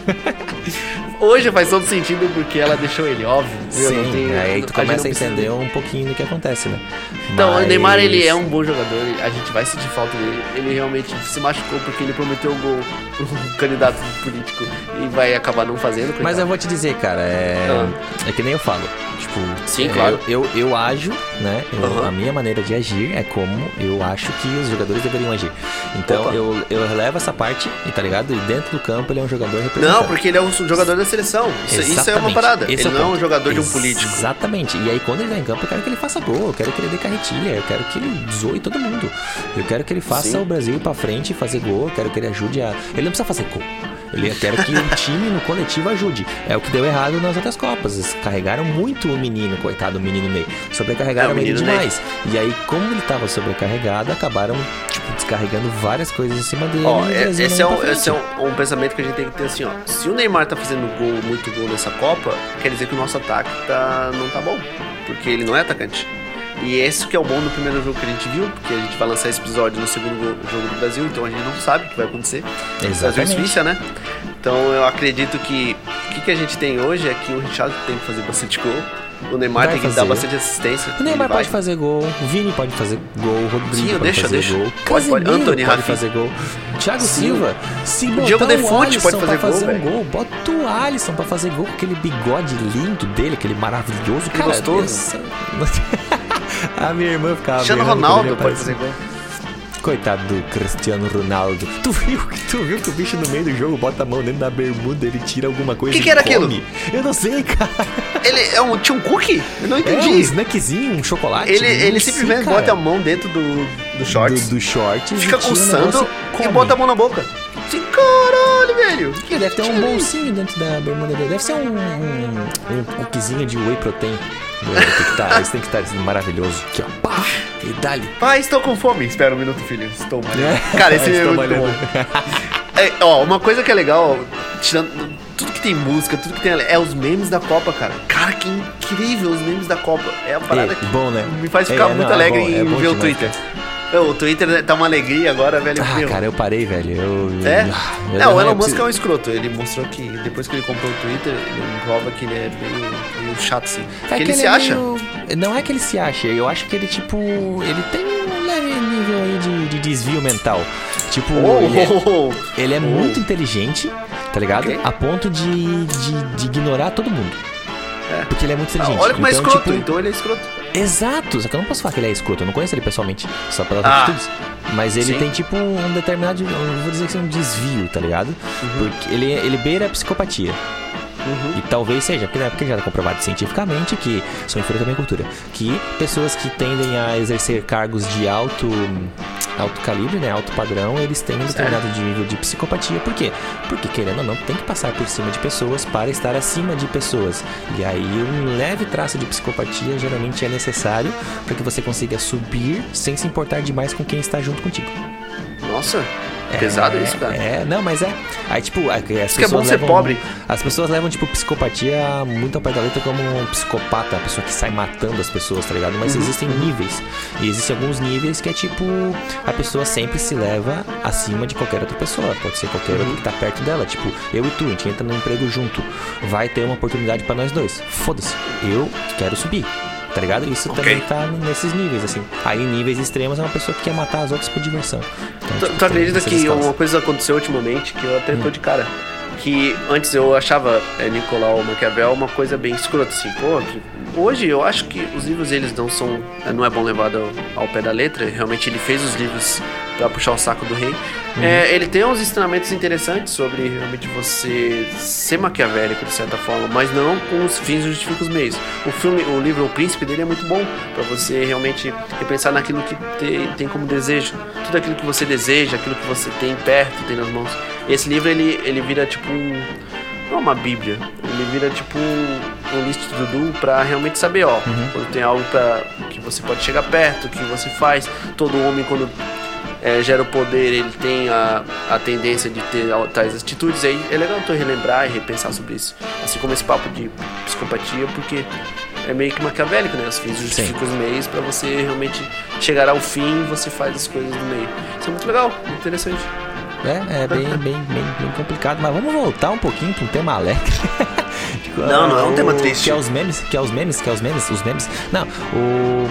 Speaker 1: Hoje faz todo sentido porque ela deixou ele, óbvio.
Speaker 2: Sim,
Speaker 1: tenho,
Speaker 2: aí tu começa a entender um pouquinho do que acontece, né?
Speaker 1: Então,
Speaker 2: Mas...
Speaker 1: o Neymar, ele é um bom jogador, a gente vai sentir falta dele. Ele realmente se machucou porque ele prometeu o gol pro candidato político e vai acabar não fazendo. Coitado.
Speaker 2: Mas eu vou te dizer, cara, é, ah. é que nem eu falo. Tipo,
Speaker 1: sim, claro.
Speaker 2: Eu, eu, eu ajo, né? Eu, uhum. A minha maneira de agir é como eu acho que os jogadores deveriam agir. Então, eu, eu relevo essa parte, tá ligado? E dentro do campo ele é um jogador representante.
Speaker 1: Não, porque ele é um jogador da seleção. Isso, isso é uma parada. Esse ele é não é um jogador de um político.
Speaker 2: Exatamente. E aí, quando ele tá em campo, eu quero que ele faça gol, eu quero que ele dê carretilha, eu quero que ele zoe todo mundo. Eu quero que ele faça Sim. o Brasil ir pra frente e fazer gol, eu quero que ele ajude a... Ele não precisa fazer gol. Ele quer que o time no coletivo ajude. É o que deu errado nas outras Copas. Eles carregaram muito o menino, coitado, o menino Ney. Sobrecarregaram é, ele demais. Ney. E aí, como ele tava sobrecarregado, acabaram, tipo, descarregando várias coisas em cima dele.
Speaker 1: Ó, é, esse é, um, esse é um, um pensamento que a gente tem que ter assim, ó. Se o Neymar tá fazendo gol, muito gol nessa Copa, quer dizer que o nosso ataque tá, não tá bom. Porque ele não é atacante. E esse que é o bom do primeiro jogo que a gente viu, porque a gente vai lançar esse episódio no segundo jogo do Brasil, então a gente não sabe o que vai acontecer.
Speaker 2: Exatamente.
Speaker 1: Brasil e Suíça, né? Então eu acredito que o que, que a gente tem hoje é que o Richard tem que fazer bastante gol, o Neymar vai tem que fazer. dar bastante assistência.
Speaker 2: O Neymar pode fazer gol, o Vini pode fazer gol, o Rodrigo
Speaker 1: Sim, eu
Speaker 2: pode
Speaker 1: deixo,
Speaker 2: fazer
Speaker 1: deixo.
Speaker 2: gol,
Speaker 1: pode, pode. Anthony
Speaker 2: pode fazer gol, Thiago
Speaker 1: Sim.
Speaker 2: Silva, se botar
Speaker 1: o Diego Defute pode fazer,
Speaker 2: pra fazer
Speaker 1: gol,
Speaker 2: um gol, bota o Alisson pra fazer gol com aquele bigode lindo dele, aquele maravilhoso,
Speaker 1: que
Speaker 2: cara,
Speaker 1: gostoso.
Speaker 2: A minha irmã ficava
Speaker 1: Cristiano Ronaldo pode fazer gol.
Speaker 2: Coitado do Cristiano Ronaldo. Tu viu, tu viu que o bicho no meio do jogo bota a mão dentro da bermuda, ele tira alguma coisa.
Speaker 1: O que, que era come? aquilo?
Speaker 2: Eu não sei, cara.
Speaker 1: Ele é um, tinha um cookie? Eu não entendi.
Speaker 2: É um snackzinho, um chocolate.
Speaker 1: Ele, ele simplesmente bota a mão dentro do, do shorts.
Speaker 2: Do, do shorts.
Speaker 1: Fica coçando e, e bota a mão na boca. Sim, caralho, velho.
Speaker 2: Ele deve ter um bolsinho dentro da bermuda dele. Deve ser um, um, um cookiezinho de whey protein. Tem que estar, isso tem que estar maravilhoso. Aqui, ó. Pá, e dali.
Speaker 1: Pai, estou com fome. Espera um minuto, filho. Estou malhando. Cara, esse é muito malhando. bom. É, ó, uma coisa que é legal, tirando tudo que tem música, tudo que tem é os memes da Copa, cara. Cara, que incrível os memes da Copa. É a parada
Speaker 2: Ei,
Speaker 1: que
Speaker 2: bom, né?
Speaker 1: me faz ficar
Speaker 2: é,
Speaker 1: muito
Speaker 2: não,
Speaker 1: alegre
Speaker 2: é bom,
Speaker 1: em
Speaker 2: é bom
Speaker 1: ver
Speaker 2: demais,
Speaker 1: o Twitter. O Twitter tá uma alegria agora, velho.
Speaker 2: Ah,
Speaker 1: meu.
Speaker 2: cara, eu parei, velho. Eu...
Speaker 1: É?
Speaker 2: Eu
Speaker 1: não, o Elon Musk
Speaker 2: preciso...
Speaker 1: é um escroto. Ele mostrou que depois que ele comprou o Twitter, ele prova que ele é meio, meio chato, assim.
Speaker 2: É
Speaker 1: que
Speaker 2: que
Speaker 1: ele, ele se
Speaker 2: é
Speaker 1: acha.
Speaker 2: Meio... Não é que ele se acha. Eu acho que ele, tipo... Ele tem um leve nível aí de, de desvio mental. Tipo,
Speaker 1: oh,
Speaker 2: ele é,
Speaker 1: oh,
Speaker 2: ele é
Speaker 1: oh.
Speaker 2: muito inteligente, tá ligado?
Speaker 1: Okay.
Speaker 2: A ponto de, de, de ignorar todo mundo.
Speaker 1: É.
Speaker 2: Porque ele é muito inteligente.
Speaker 1: Ah, olha como
Speaker 2: então,
Speaker 1: é escroto,
Speaker 2: tipo...
Speaker 1: então ele é escroto.
Speaker 2: Exato, só que eu não posso falar que ele é escroto, eu não conheço ele pessoalmente, só pelas
Speaker 1: ah,
Speaker 2: atitudes. Mas ele
Speaker 1: sim.
Speaker 2: tem tipo um determinado, eu vou dizer que é um desvio, tá ligado?
Speaker 1: Uhum.
Speaker 2: Porque ele, ele beira a psicopatia. Uhum. E talvez seja, porque, né, porque já está comprovado cientificamente que, sou inferior também cultura, que pessoas que tendem a exercer cargos de alto, alto calibre, né, alto padrão, eles têm um determinado de nível de psicopatia. Por quê? Porque, querendo ou não, tem que passar por cima de pessoas para estar acima de pessoas. E aí um leve traço de psicopatia geralmente é necessário para que você consiga subir sem se importar demais com quem está junto contigo.
Speaker 1: Nossa, é, pesado isso, cara.
Speaker 2: É, não, mas é. Aí, tipo, as
Speaker 1: isso que é bom
Speaker 2: levam,
Speaker 1: ser pobre.
Speaker 2: As pessoas levam, tipo, psicopatia muito ao pé da letra como um psicopata, a pessoa que sai matando as pessoas, tá ligado? Mas uhum. existem níveis. E existem alguns níveis que é tipo, a pessoa sempre se leva acima de qualquer outra pessoa. Pode ser qualquer uhum. outra que tá perto dela. Tipo, eu e tu, a gente entra no emprego junto. Vai ter uma oportunidade pra nós dois. Foda-se. Eu quero subir. Tá ligado? Isso okay. também tá nesses níveis, assim. Aí, em níveis extremos, é uma pessoa que quer matar as outras por diversão. Então,
Speaker 1: tu,
Speaker 2: tipo,
Speaker 1: tu acredita que escalas. Uma coisa aconteceu ultimamente que eu até tô hum. de cara? Que antes eu achava é, Nicolau Maquiavel uma coisa bem escrota, assim. Pô, hoje eu acho que os livros eles não são, não é bom levado ao, ao pé da letra. Realmente ele fez os livros pra puxar o saco do rei. Uhum. É, ele tem uns ensinamentos interessantes sobre realmente você ser maquiavélico de certa forma, mas não com os fins justificam os meios. O filme, o livro O Príncipe dele é muito bom pra você realmente repensar naquilo que tem, tem como desejo, tudo aquilo que você deseja, aquilo que você tem perto, tem nas mãos. Esse livro ele, ele vira tipo um, não é uma bíblia, ele vira tipo um, um list to do pra realmente saber, ó, uhum. quando tem algo pra, que você pode chegar perto, que você faz. Todo homem quando é, gera o poder, ele tem a, a tendência de ter tais atitudes. Aí é legal tu relembrar e repensar sobre isso, assim como esse papo de psicopatia, porque é meio que maquiavélico, né? Os fins justificam os meios pra você realmente chegar ao fim e você faz as coisas do meio. Isso é muito legal, muito interessante.
Speaker 2: É, é bem, bem, bem, bem complicado, mas vamos voltar um pouquinho para um tema alegre.
Speaker 1: Não, não é um tema triste.
Speaker 2: Que é os memes, que é os memes, que é os memes, os memes. Não, o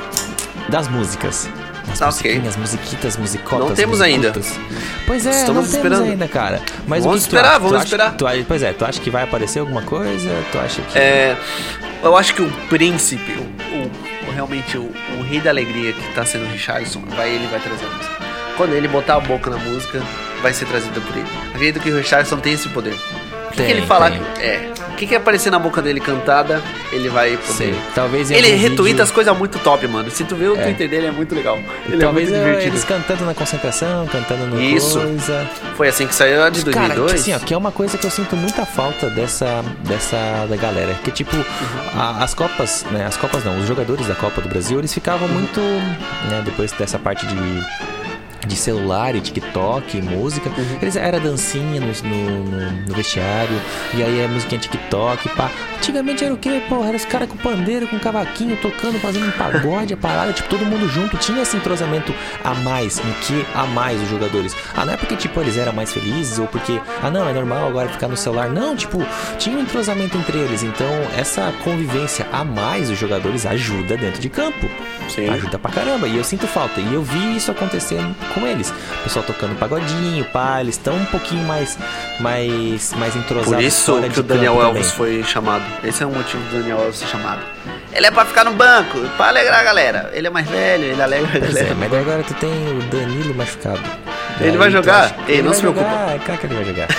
Speaker 2: das músicas. As
Speaker 1: ah, ok.
Speaker 2: As musiquitas, musicotas.
Speaker 1: Não temos ainda.
Speaker 2: Pois é,
Speaker 1: Estamos
Speaker 2: não temos
Speaker 1: esperando
Speaker 2: ainda, cara. Mas
Speaker 1: vamos
Speaker 2: o que
Speaker 1: esperar,
Speaker 2: tu,
Speaker 1: vamos
Speaker 2: tu
Speaker 1: esperar.
Speaker 2: Acha, tu, pois é, tu acha que vai aparecer alguma coisa? Tu acha que...
Speaker 1: É, eu acho que o príncipe, o, o, o realmente o, o rei da alegria que tá sendo o Richarlison, vai, ele vai trazer a música. Quando ele botar a boca na música, vai ser trazida por ele. Acredito que o Richarlison tem esse poder. O que,
Speaker 2: tem,
Speaker 1: que ele falar?
Speaker 2: tem.
Speaker 1: É. O que, que aparecer na boca dele cantada, ele vai poder.
Speaker 2: Sim, talvez
Speaker 1: ele retuita
Speaker 2: vídeo...
Speaker 1: as coisas muito top, mano. Se tu vê o
Speaker 2: é.
Speaker 1: Twitter dele, é muito legal. Ele
Speaker 2: talvez
Speaker 1: é muito divertido.
Speaker 2: Eles cantando na concentração, cantando no
Speaker 1: Isso.
Speaker 2: coisa.
Speaker 1: Foi assim que saiu a de dois mil e dois.
Speaker 2: Cara, assim, ó, que é uma coisa que eu sinto muita falta dessa, dessa da galera. Que tipo, uhum. a, as Copas, né? As Copas não, os jogadores da Copa do Brasil, eles ficavam muito, né? Depois dessa parte de... de celular e TikTok, música, uhum. eles era dancinha no, no, no vestiário, e aí é musiquinha TikTok, pá. Antigamente era o quê? Porra, era os caras com pandeiro, com cavaquinho, tocando, fazendo um pagode, a parada, tipo, todo mundo junto, tinha esse entrosamento a mais, em que a mais os jogadores. Ah, não é porque, tipo, eles eram mais felizes, ou porque, ah, não, é normal agora ficar no celular. Não, tipo, tinha um entrosamento entre eles, então essa convivência a mais os jogadores ajuda dentro de campo.
Speaker 1: Sim.
Speaker 2: Ajuda pra caramba, e eu sinto falta, e eu vi isso acontecendo com eles, o pessoal tocando pagodinho, pá, eles estão um pouquinho mais mais, mais entrosados.
Speaker 1: Por isso que o Daniel Alves foi chamado. Esse é o motivo do Daniel Alves ser chamado. Ele é pra ficar no banco, pra alegrar a galera. Ele é mais velho, ele alegra a galera.
Speaker 2: É, mas agora tu tem o Danilo machucado.
Speaker 1: Ele vai jogar? Ele não se preocupa.
Speaker 2: É claro que ele vai jogar.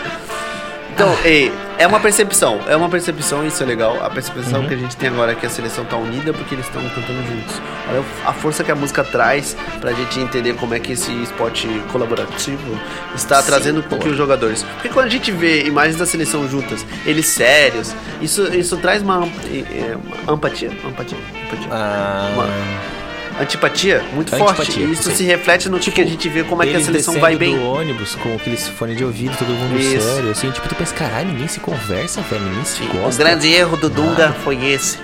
Speaker 1: Então, ei, é uma percepção, é uma percepção, isso é legal. A percepção
Speaker 2: uhum.
Speaker 1: que a gente tem agora é que a seleção tá unida porque eles estão cantando juntos. Olha a força que a música traz pra gente entender como é que esse esporte colaborativo está Sim, trazendo com que os jogadores. Porque quando a gente vê imagens da seleção juntas, eles sérios, isso, isso traz uma, uma empatia, empatia, empatia.
Speaker 2: Ah...
Speaker 1: Uma... antipatia muito
Speaker 2: antipatia,
Speaker 1: forte. E isso
Speaker 2: sim.
Speaker 1: se reflete no tipo, que a gente vê como é que a seleção vai bem.
Speaker 2: Do ônibus com aqueles fones de ouvido, todo mundo isso. sério, assim, tipo, tu pensa, caralho, ninguém se conversa, velho, ninguém se gosta.
Speaker 1: O grande erro do Dunga Nada. foi esse.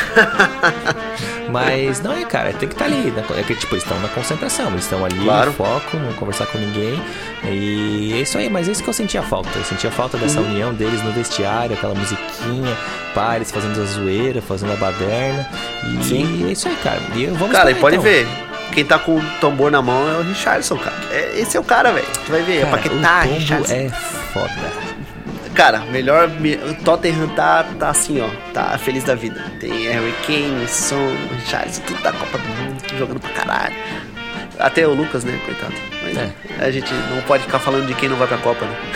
Speaker 2: Mas não é, cara, tem que estar tá ali. É que, tipo, eles estão na concentração, eles estão ali
Speaker 1: claro.
Speaker 2: no foco, não conversar com ninguém. E é isso aí, mas é isso que eu sentia falta. Eu sentia falta dessa uhum. união deles no vestiário, aquela musiquinha, pá, eles fazendo a zoeira, fazendo a baderna. E Sim. é isso aí, cara. E vamos
Speaker 1: cara, e pode
Speaker 2: então.
Speaker 1: ver. Quem tá com o tambor na mão é o Richarlison, cara. É, esse é o cara, velho. Tu vai ver,
Speaker 2: cara,
Speaker 1: é Paquetá,
Speaker 2: o tombo
Speaker 1: Richarlison.
Speaker 2: é foda.
Speaker 1: Cara, melhor. O Tottenham tá, tá assim, ó. Tá feliz da vida. Tem Harry Kane, Son, Richarlison, tudo da Copa do Mundo, jogando pra caralho. Até o Lucas, né, coitado. Mas é. a gente não pode ficar falando de quem não vai pra Copa, né?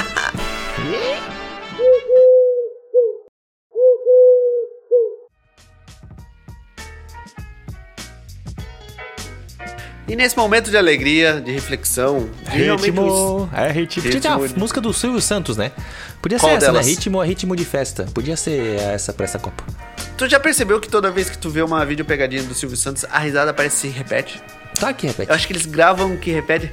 Speaker 1: E nesse momento de alegria, de reflexão, de
Speaker 2: ritmo, é ritmo. Podia ter a música do Silvio Santos, né? Podia
Speaker 1: Qual
Speaker 2: ser essa,
Speaker 1: delas?
Speaker 2: né? Ritmo é ritmo de festa. Podia ser essa pra essa Copa.
Speaker 1: Tu já percebeu que toda vez que tu vê uma vídeo pegadinha do Silvio Santos, a risada parece que se repete?
Speaker 2: Tá que repete.
Speaker 1: Eu acho que eles gravam que repete.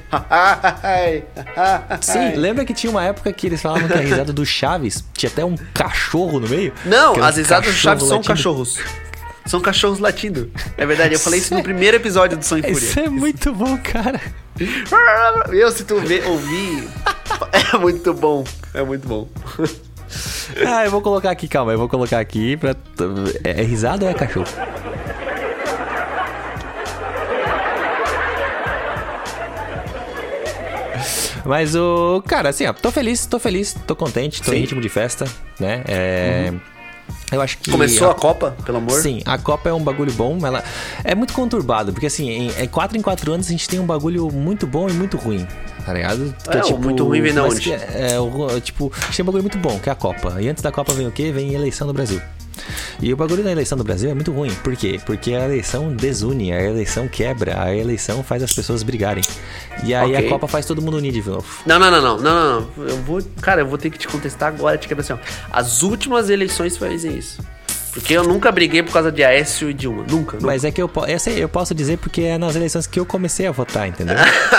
Speaker 2: Sim, lembra que tinha uma época que eles falavam que a risada do Chaves tinha até um cachorro no meio?
Speaker 1: Não, as risadas do Chaves são cachorros. São cachorros latindo. É verdade, eu falei isso no primeiro episódio do Som e Fúria.
Speaker 2: Isso é muito bom, cara.
Speaker 1: Eu, se tu ver, ouvir, é muito bom. É muito bom.
Speaker 2: Ah, eu vou colocar aqui, calma, eu vou colocar aqui pra... É, é risada ou é cachorro? Mas o... Cara, assim, ó, tô feliz, tô feliz, tô contente, tô Sim. em ritmo de festa, né? É... Uhum. Eu acho que...
Speaker 1: Começou a, a Copa, pelo amor?
Speaker 2: Sim, a Copa é um bagulho bom, ela é muito conturbado, porque assim, em, em quatro em quatro anos a gente tem um bagulho muito bom e muito ruim, tá ligado? Que
Speaker 1: é,
Speaker 2: é tipo,
Speaker 1: muito ruim vem da onde?
Speaker 2: É, é, o, tipo, a gente tem um bagulho muito bom, que é a Copa. E antes da Copa vem o quê? Vem a eleição do Brasil. E o bagulho da eleição do Brasil é muito ruim. Por quê? Porque a eleição desune, a eleição quebra, a eleição faz as pessoas brigarem. E aí okay. a Copa faz todo mundo unir de novo.
Speaker 1: Não, não, não, não, não, não. Eu vou, cara, eu vou ter que te contestar agora, te quebrar assim, ó. As últimas eleições fazem isso. Porque eu nunca briguei por causa de Aécio e Dilma. Nunca, nunca.
Speaker 2: Mas é que eu, eu, sei, eu posso dizer porque é nas eleições que eu comecei a votar, entendeu?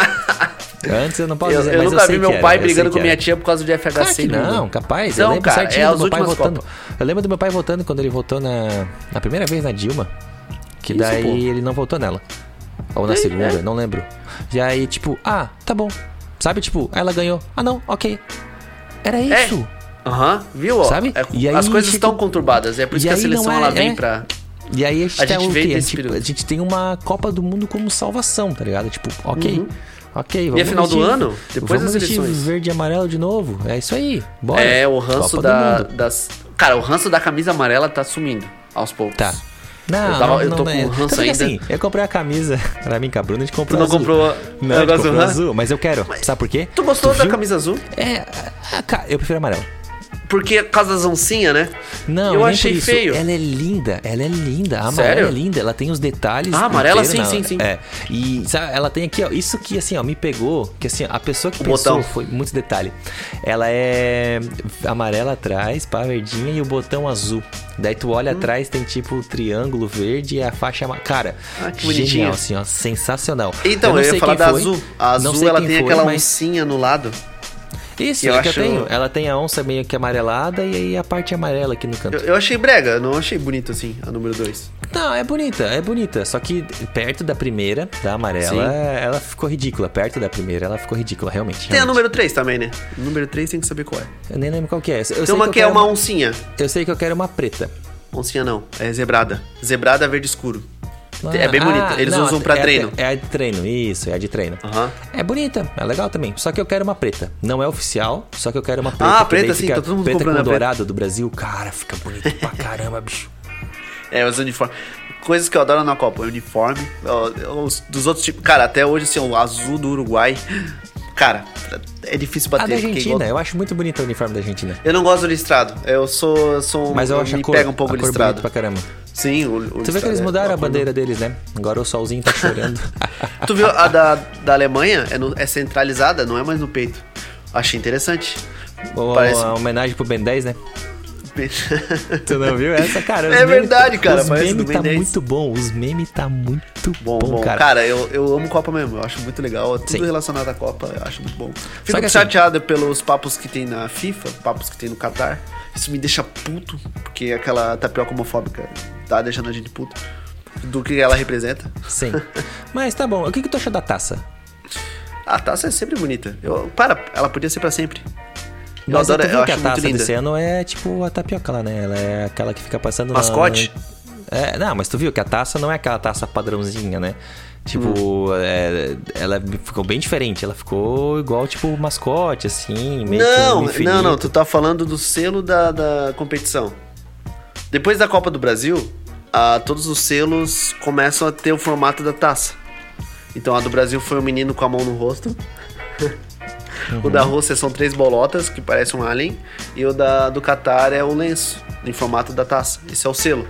Speaker 2: Antes eu não posso
Speaker 1: eu,
Speaker 2: dizer,
Speaker 1: eu
Speaker 2: mas
Speaker 1: nunca
Speaker 2: eu
Speaker 1: vi meu
Speaker 2: era,
Speaker 1: pai brigando com minha tia por causa de F H C.
Speaker 2: Claro que não, capaz.
Speaker 1: Então,
Speaker 2: eu lembro
Speaker 1: cara,
Speaker 2: certinho
Speaker 1: é
Speaker 2: do meu pai votando.
Speaker 1: Copa.
Speaker 2: Eu lembro do meu pai votando quando ele votou na, na primeira vez na Dilma. Que
Speaker 1: Isso,
Speaker 2: daí
Speaker 1: pô.
Speaker 2: ele não votou nela. Ou na
Speaker 1: é,
Speaker 2: segunda,
Speaker 1: é.
Speaker 2: não lembro. E aí, tipo, ah, tá bom. Sabe, tipo, ela ganhou. Ah, não, ok. Era isso.
Speaker 1: É. Aham, uhum, viu?
Speaker 2: Sabe?
Speaker 1: É,
Speaker 2: e aí,
Speaker 1: as coisas
Speaker 2: tipo,
Speaker 1: estão conturbadas. É por isso que a seleção
Speaker 2: é,
Speaker 1: ela vem
Speaker 2: é.
Speaker 1: pra...
Speaker 2: E aí a gente,
Speaker 1: a gente
Speaker 2: tem,
Speaker 1: vê
Speaker 2: o quê?
Speaker 1: desse
Speaker 2: A gente, a gente tem uma Copa do Mundo como salvação, tá ligado? Tipo, ok.
Speaker 1: Uhum.
Speaker 2: Ok, vamos
Speaker 1: E a final
Speaker 2: vestir,
Speaker 1: do ano, depois
Speaker 2: vamos
Speaker 1: das eleições.
Speaker 2: verde e amarelo de novo. É isso aí. Bora.
Speaker 1: É, o ranço
Speaker 2: Copa
Speaker 1: da, das... Cara, o ranço da camisa amarela tá sumindo aos poucos.
Speaker 2: Tá. Não,
Speaker 1: eu, tava,
Speaker 2: não,
Speaker 1: eu tô
Speaker 2: não,
Speaker 1: com
Speaker 2: é.
Speaker 1: ranço ainda.
Speaker 2: Assim, eu comprei a camisa pra mim, com a Bruna, a gente comprou
Speaker 1: Tu não
Speaker 2: azul.
Speaker 1: comprou...
Speaker 2: Não, eu comprou azul, mas eu quero. Mas sabe por quê?
Speaker 1: Tu gostou
Speaker 2: tu
Speaker 1: da
Speaker 2: viu?
Speaker 1: camisa azul?
Speaker 2: É, eu prefiro amarelo.
Speaker 1: Porque por causa das oncinhas, né?
Speaker 2: Não,
Speaker 1: eu
Speaker 2: nem
Speaker 1: achei
Speaker 2: por isso.
Speaker 1: feio.
Speaker 2: Ela é linda, ela é linda. A amarela
Speaker 1: Sério?
Speaker 2: é linda, ela tem os detalhes.
Speaker 1: Ah, amarela
Speaker 2: inteiros,
Speaker 1: sim,
Speaker 2: não,
Speaker 1: sim, sim.
Speaker 2: É. E sabe, ela tem aqui, ó, isso que assim, ó, me pegou, que assim, a pessoa que
Speaker 1: O
Speaker 2: pensou
Speaker 1: botão.
Speaker 2: foi muito detalhe. Ela é amarela atrás, pá verdinha e o botão azul. Daí tu olha hum. atrás, tem tipo o triângulo verde e a faixa amarela. Cara,
Speaker 1: ah, que
Speaker 2: genial, assim, ó, sensacional.
Speaker 1: Então, eu, eu ia falar da foi, azul. A azul, ela tem foi, aquela
Speaker 2: mas...
Speaker 1: oncinha no lado.
Speaker 2: Isso,
Speaker 1: eu
Speaker 2: é
Speaker 1: acho...
Speaker 2: que eu tenho. Ela tem a onça meio que amarelada e aí a parte amarela aqui no canto.
Speaker 1: Eu, eu achei brega, não achei bonito assim, a número dois.
Speaker 2: Não, é bonita, é bonita. Só que perto da primeira, da amarela, Sim. ela ficou ridícula. Perto da primeira, ela ficou ridícula, realmente.
Speaker 1: Tem
Speaker 2: realmente.
Speaker 1: a número três também, né? O número três tem que saber qual é.
Speaker 2: Eu nem lembro qual que é. Eu
Speaker 1: tem
Speaker 2: sei
Speaker 1: uma
Speaker 2: que,
Speaker 1: que é uma oncinha.
Speaker 2: Eu sei que eu quero uma preta.
Speaker 1: Oncinha não, é zebrada. Zebrada verde escuro. Ah, é bem bonita. Eles
Speaker 2: não,
Speaker 1: usam pra
Speaker 2: é
Speaker 1: treino.
Speaker 2: A, é a de treino, isso, é a de treino.
Speaker 1: Uhum.
Speaker 2: É bonita, é legal também. Só que eu quero uma preta. Não é oficial, só que eu quero uma preta.
Speaker 1: Ah, preta sim, tá todo mundo
Speaker 2: preta
Speaker 1: comprando
Speaker 2: com
Speaker 1: a
Speaker 2: dourado
Speaker 1: preta.
Speaker 2: do Brasil. Cara, fica bonito pra caramba, bicho.
Speaker 1: É, os uniformes. Coisas que eu adoro na Copa. O uniforme. Os, dos outros tipos. Cara, até hoje, assim, o azul do Uruguai. Cara, é difícil bater.
Speaker 2: A da Argentina,
Speaker 1: igual...
Speaker 2: eu acho muito bonito o uniforme da Argentina.
Speaker 1: Eu não gosto do listrado. Eu sou, sou
Speaker 2: Mas eu
Speaker 1: eu
Speaker 2: acho
Speaker 1: me
Speaker 2: a cor,
Speaker 1: pega um pouco
Speaker 2: a
Speaker 1: o
Speaker 2: cor
Speaker 1: listrado
Speaker 2: pra caramba.
Speaker 1: Sim, o, o
Speaker 2: Tu vê que eles mudaram
Speaker 1: é,
Speaker 2: a bandeira deles, né? Agora o solzinho tá chorando.
Speaker 1: Tu viu a da, da Alemanha? É, no, é centralizada, não é mais no peito. Achei interessante.
Speaker 2: Ou
Speaker 1: Parece...
Speaker 2: uma homenagem pro Ben dez, né? Tu não viu essa, cara?
Speaker 1: É verdade,
Speaker 2: tá,
Speaker 1: cara.
Speaker 2: Os memes tá
Speaker 1: Ben
Speaker 2: muito bom. Os memes tá muito bom,
Speaker 1: bom, bom.
Speaker 2: cara.
Speaker 1: Cara, eu, eu amo Copa mesmo. Eu acho muito legal. Tudo
Speaker 2: Sim.
Speaker 1: relacionado à Copa, eu acho muito bom. Fico
Speaker 2: Só que
Speaker 1: chateado
Speaker 2: assim,
Speaker 1: pelos papos que tem na FIFA, papos que tem no Qatar. Isso me deixa puto, porque aquela tapioca homofóbica tá deixando a gente puto. Do que ela representa.
Speaker 2: Sim. Mas tá bom. O que, que tu achou da taça?
Speaker 1: A taça é sempre bonita. Eu, para, ela podia ser pra sempre. Eu
Speaker 2: Mas
Speaker 1: adoro,
Speaker 2: tu viu
Speaker 1: eu
Speaker 2: que
Speaker 1: acho
Speaker 2: a taça
Speaker 1: muito linda.
Speaker 2: desse ano é tipo a tapioca lá, né? Ela é aquela que fica passando...
Speaker 1: Mascote?
Speaker 2: Na... É, não, mas tu viu que a taça não é aquela taça padrãozinha, né? Tipo, hum. é, ela ficou bem diferente. Ela ficou igual, tipo, mascote, assim, meio
Speaker 1: não,
Speaker 2: que
Speaker 1: Não, não, tu tá falando do selo da, da competição. Depois da Copa do Brasil, a, todos os selos começam a ter o formato da taça. Então a do Brasil foi o menino com a mão no rosto. Uhum. O da Rússia são três bolotas, que parece um alien. E o da, do Qatar é o lenço, em formato da taça. Esse é o selo.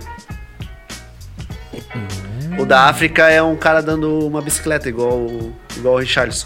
Speaker 1: Uhum. O da África é um cara dando uma bicicleta, igual, igual o Richarlison.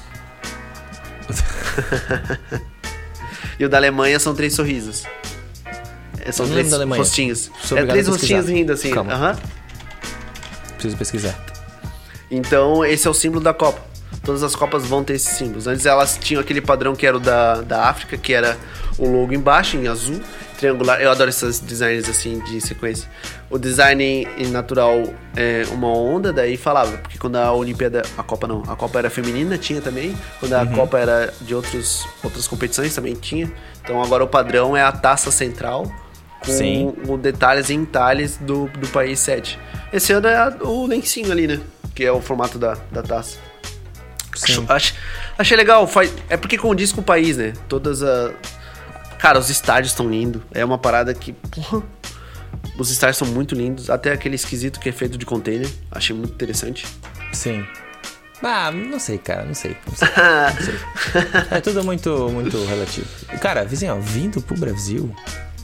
Speaker 1: E o da Alemanha são três sorrisos. São três rostinhos. É três rostinhos rindo assim. Uhum.
Speaker 2: Preciso pesquisar.
Speaker 1: Então, esse é o símbolo da Copa. Todas as Copas vão ter esses símbolos. Antes elas tinham aquele padrão que era o da, da África, que era o logo embaixo, em azul, triangular. Eu adoro esses designs assim de sequência. O design em natural é uma onda, daí falava, porque quando a Olimpíada, a Copa não, a Copa era feminina, tinha também. Quando a uhum. Copa era de outros, outras competições, também tinha. Então agora o padrão é a taça central, com Sim. o detalhes em entalhes do, do país sede. Esse ano é a, o lencinho ali, né? Que é o formato da, da taça. Sim. Acho, achei legal, é porque condiz com o país, né? Todas as... Cara, os estádios estão lindos. É uma parada que, porra, Os stars são muito lindos. Até aquele esquisito que é feito de container. Achei muito interessante.
Speaker 2: Sim. Ah, não sei, cara, não sei. Não sei, não sei. É tudo muito, muito relativo. Cara, vizinho, ó, vindo pro Brasil.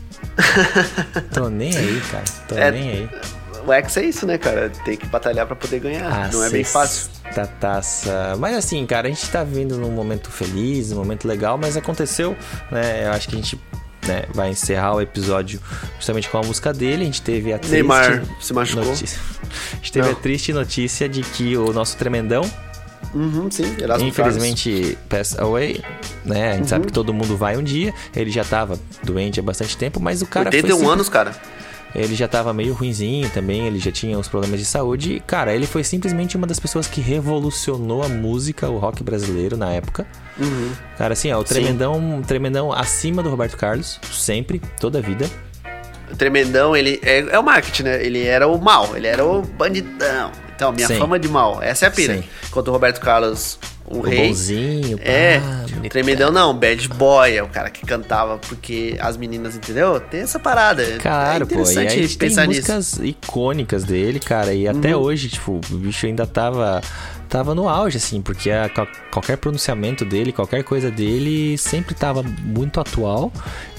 Speaker 2: Tô nem aí, cara. Tô é, nem aí.
Speaker 1: O X é isso, né, cara? Tem que batalhar pra poder ganhar. Ah, não é bem fácil.
Speaker 2: Da taça. Mas assim, cara, a gente tá vindo num momento feliz, num momento legal, mas aconteceu, né? Eu acho que a gente, né, vai encerrar o episódio justamente com a música dele. A gente teve a triste
Speaker 1: Neymar se machucou.
Speaker 2: Notícia. A gente teve não. a triste notícia de que o nosso tremendão,
Speaker 1: uhum, sim, Erasmo
Speaker 2: infelizmente,
Speaker 1: Carlos.
Speaker 2: passed away, né? A gente uhum. sabe que todo mundo vai um dia. Ele já tava doente há bastante tempo, mas o cara
Speaker 1: oitenta e um
Speaker 2: foi sempre...
Speaker 1: anos, cara.
Speaker 2: Ele já tava meio ruinzinho também, ele já tinha os problemas de saúde. E, cara, ele foi simplesmente uma das pessoas que revolucionou a música, o rock brasileiro na época.
Speaker 1: Uhum.
Speaker 2: Cara, assim, ó, o tremendão, tremendão acima do Roberto Carlos, sempre, toda a vida.
Speaker 1: O tremendão, ele é, é o marketing, né? Ele era o mal, ele era o bandidão. Então, minha Sim. fama de mal, essa é a pira. Sim. Enquanto o Roberto Carlos, o, o rei...
Speaker 2: bonzinho, pá,
Speaker 1: é, bonitão. Tremendão não, bad boy, é o cara que cantava porque as meninas, entendeu? Tem essa parada.
Speaker 2: Claro,
Speaker 1: é interessante
Speaker 2: pô, e aí
Speaker 1: pensar
Speaker 2: tem
Speaker 1: nisso.
Speaker 2: músicas icônicas dele, cara, e até uhum. hoje, tipo, o bicho ainda tava... Tava no auge, assim, porque a, qualquer pronunciamento dele, qualquer coisa dele sempre tava muito atual.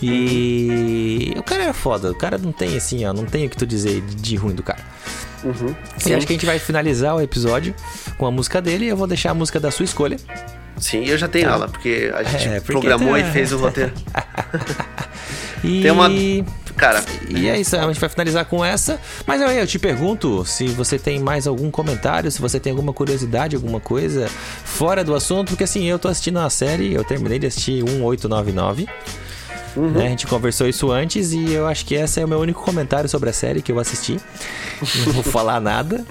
Speaker 2: E uhum. o cara era foda, o cara não tem, assim, ó, não tem o que tu dizer de, de ruim do cara.
Speaker 1: Uhum.
Speaker 2: E acho que a gente vai finalizar o episódio com a música dele e eu vou deixar a música da sua escolha.
Speaker 1: Sim, eu já tenho tá. ela, porque a gente
Speaker 2: é, porque
Speaker 1: programou
Speaker 2: tá...
Speaker 1: e fez o roteiro.
Speaker 2: e...
Speaker 1: Tem uma... Cara,
Speaker 2: e é isso, a gente vai finalizar com essa. Mas aí eu te pergunto se você tem mais algum comentário, se você tem alguma curiosidade, alguma coisa fora do assunto, porque assim, eu tô assistindo uma série, eu terminei de assistir um oito nove nove. Uhum. Né? A gente conversou isso antes e eu acho que esse é o meu único comentário sobre a série que eu assisti. Não vou falar nada.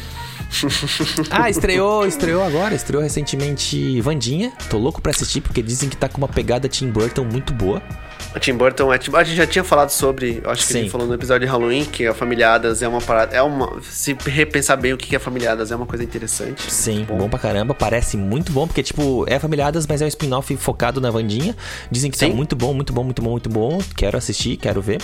Speaker 2: Ah, estreou, estreou agora, estreou recentemente Wandinha. Tô louco pra assistir porque dizem que tá com uma pegada Tim Burton muito boa.
Speaker 1: O Tim Burton, é, a gente já tinha falado sobre, acho que Sim. ele falou no episódio de Halloween, que a Família Addams é uma parada, é uma, se repensar bem o que é a Família Addams, é uma coisa interessante.
Speaker 2: Sim, bom. bom pra caramba, parece muito bom, porque tipo, é a Família Addams, mas é um spin-off focado na Wandinha. Dizem que Sim. tá muito bom, muito bom, muito bom, muito bom, quero assistir, quero ver.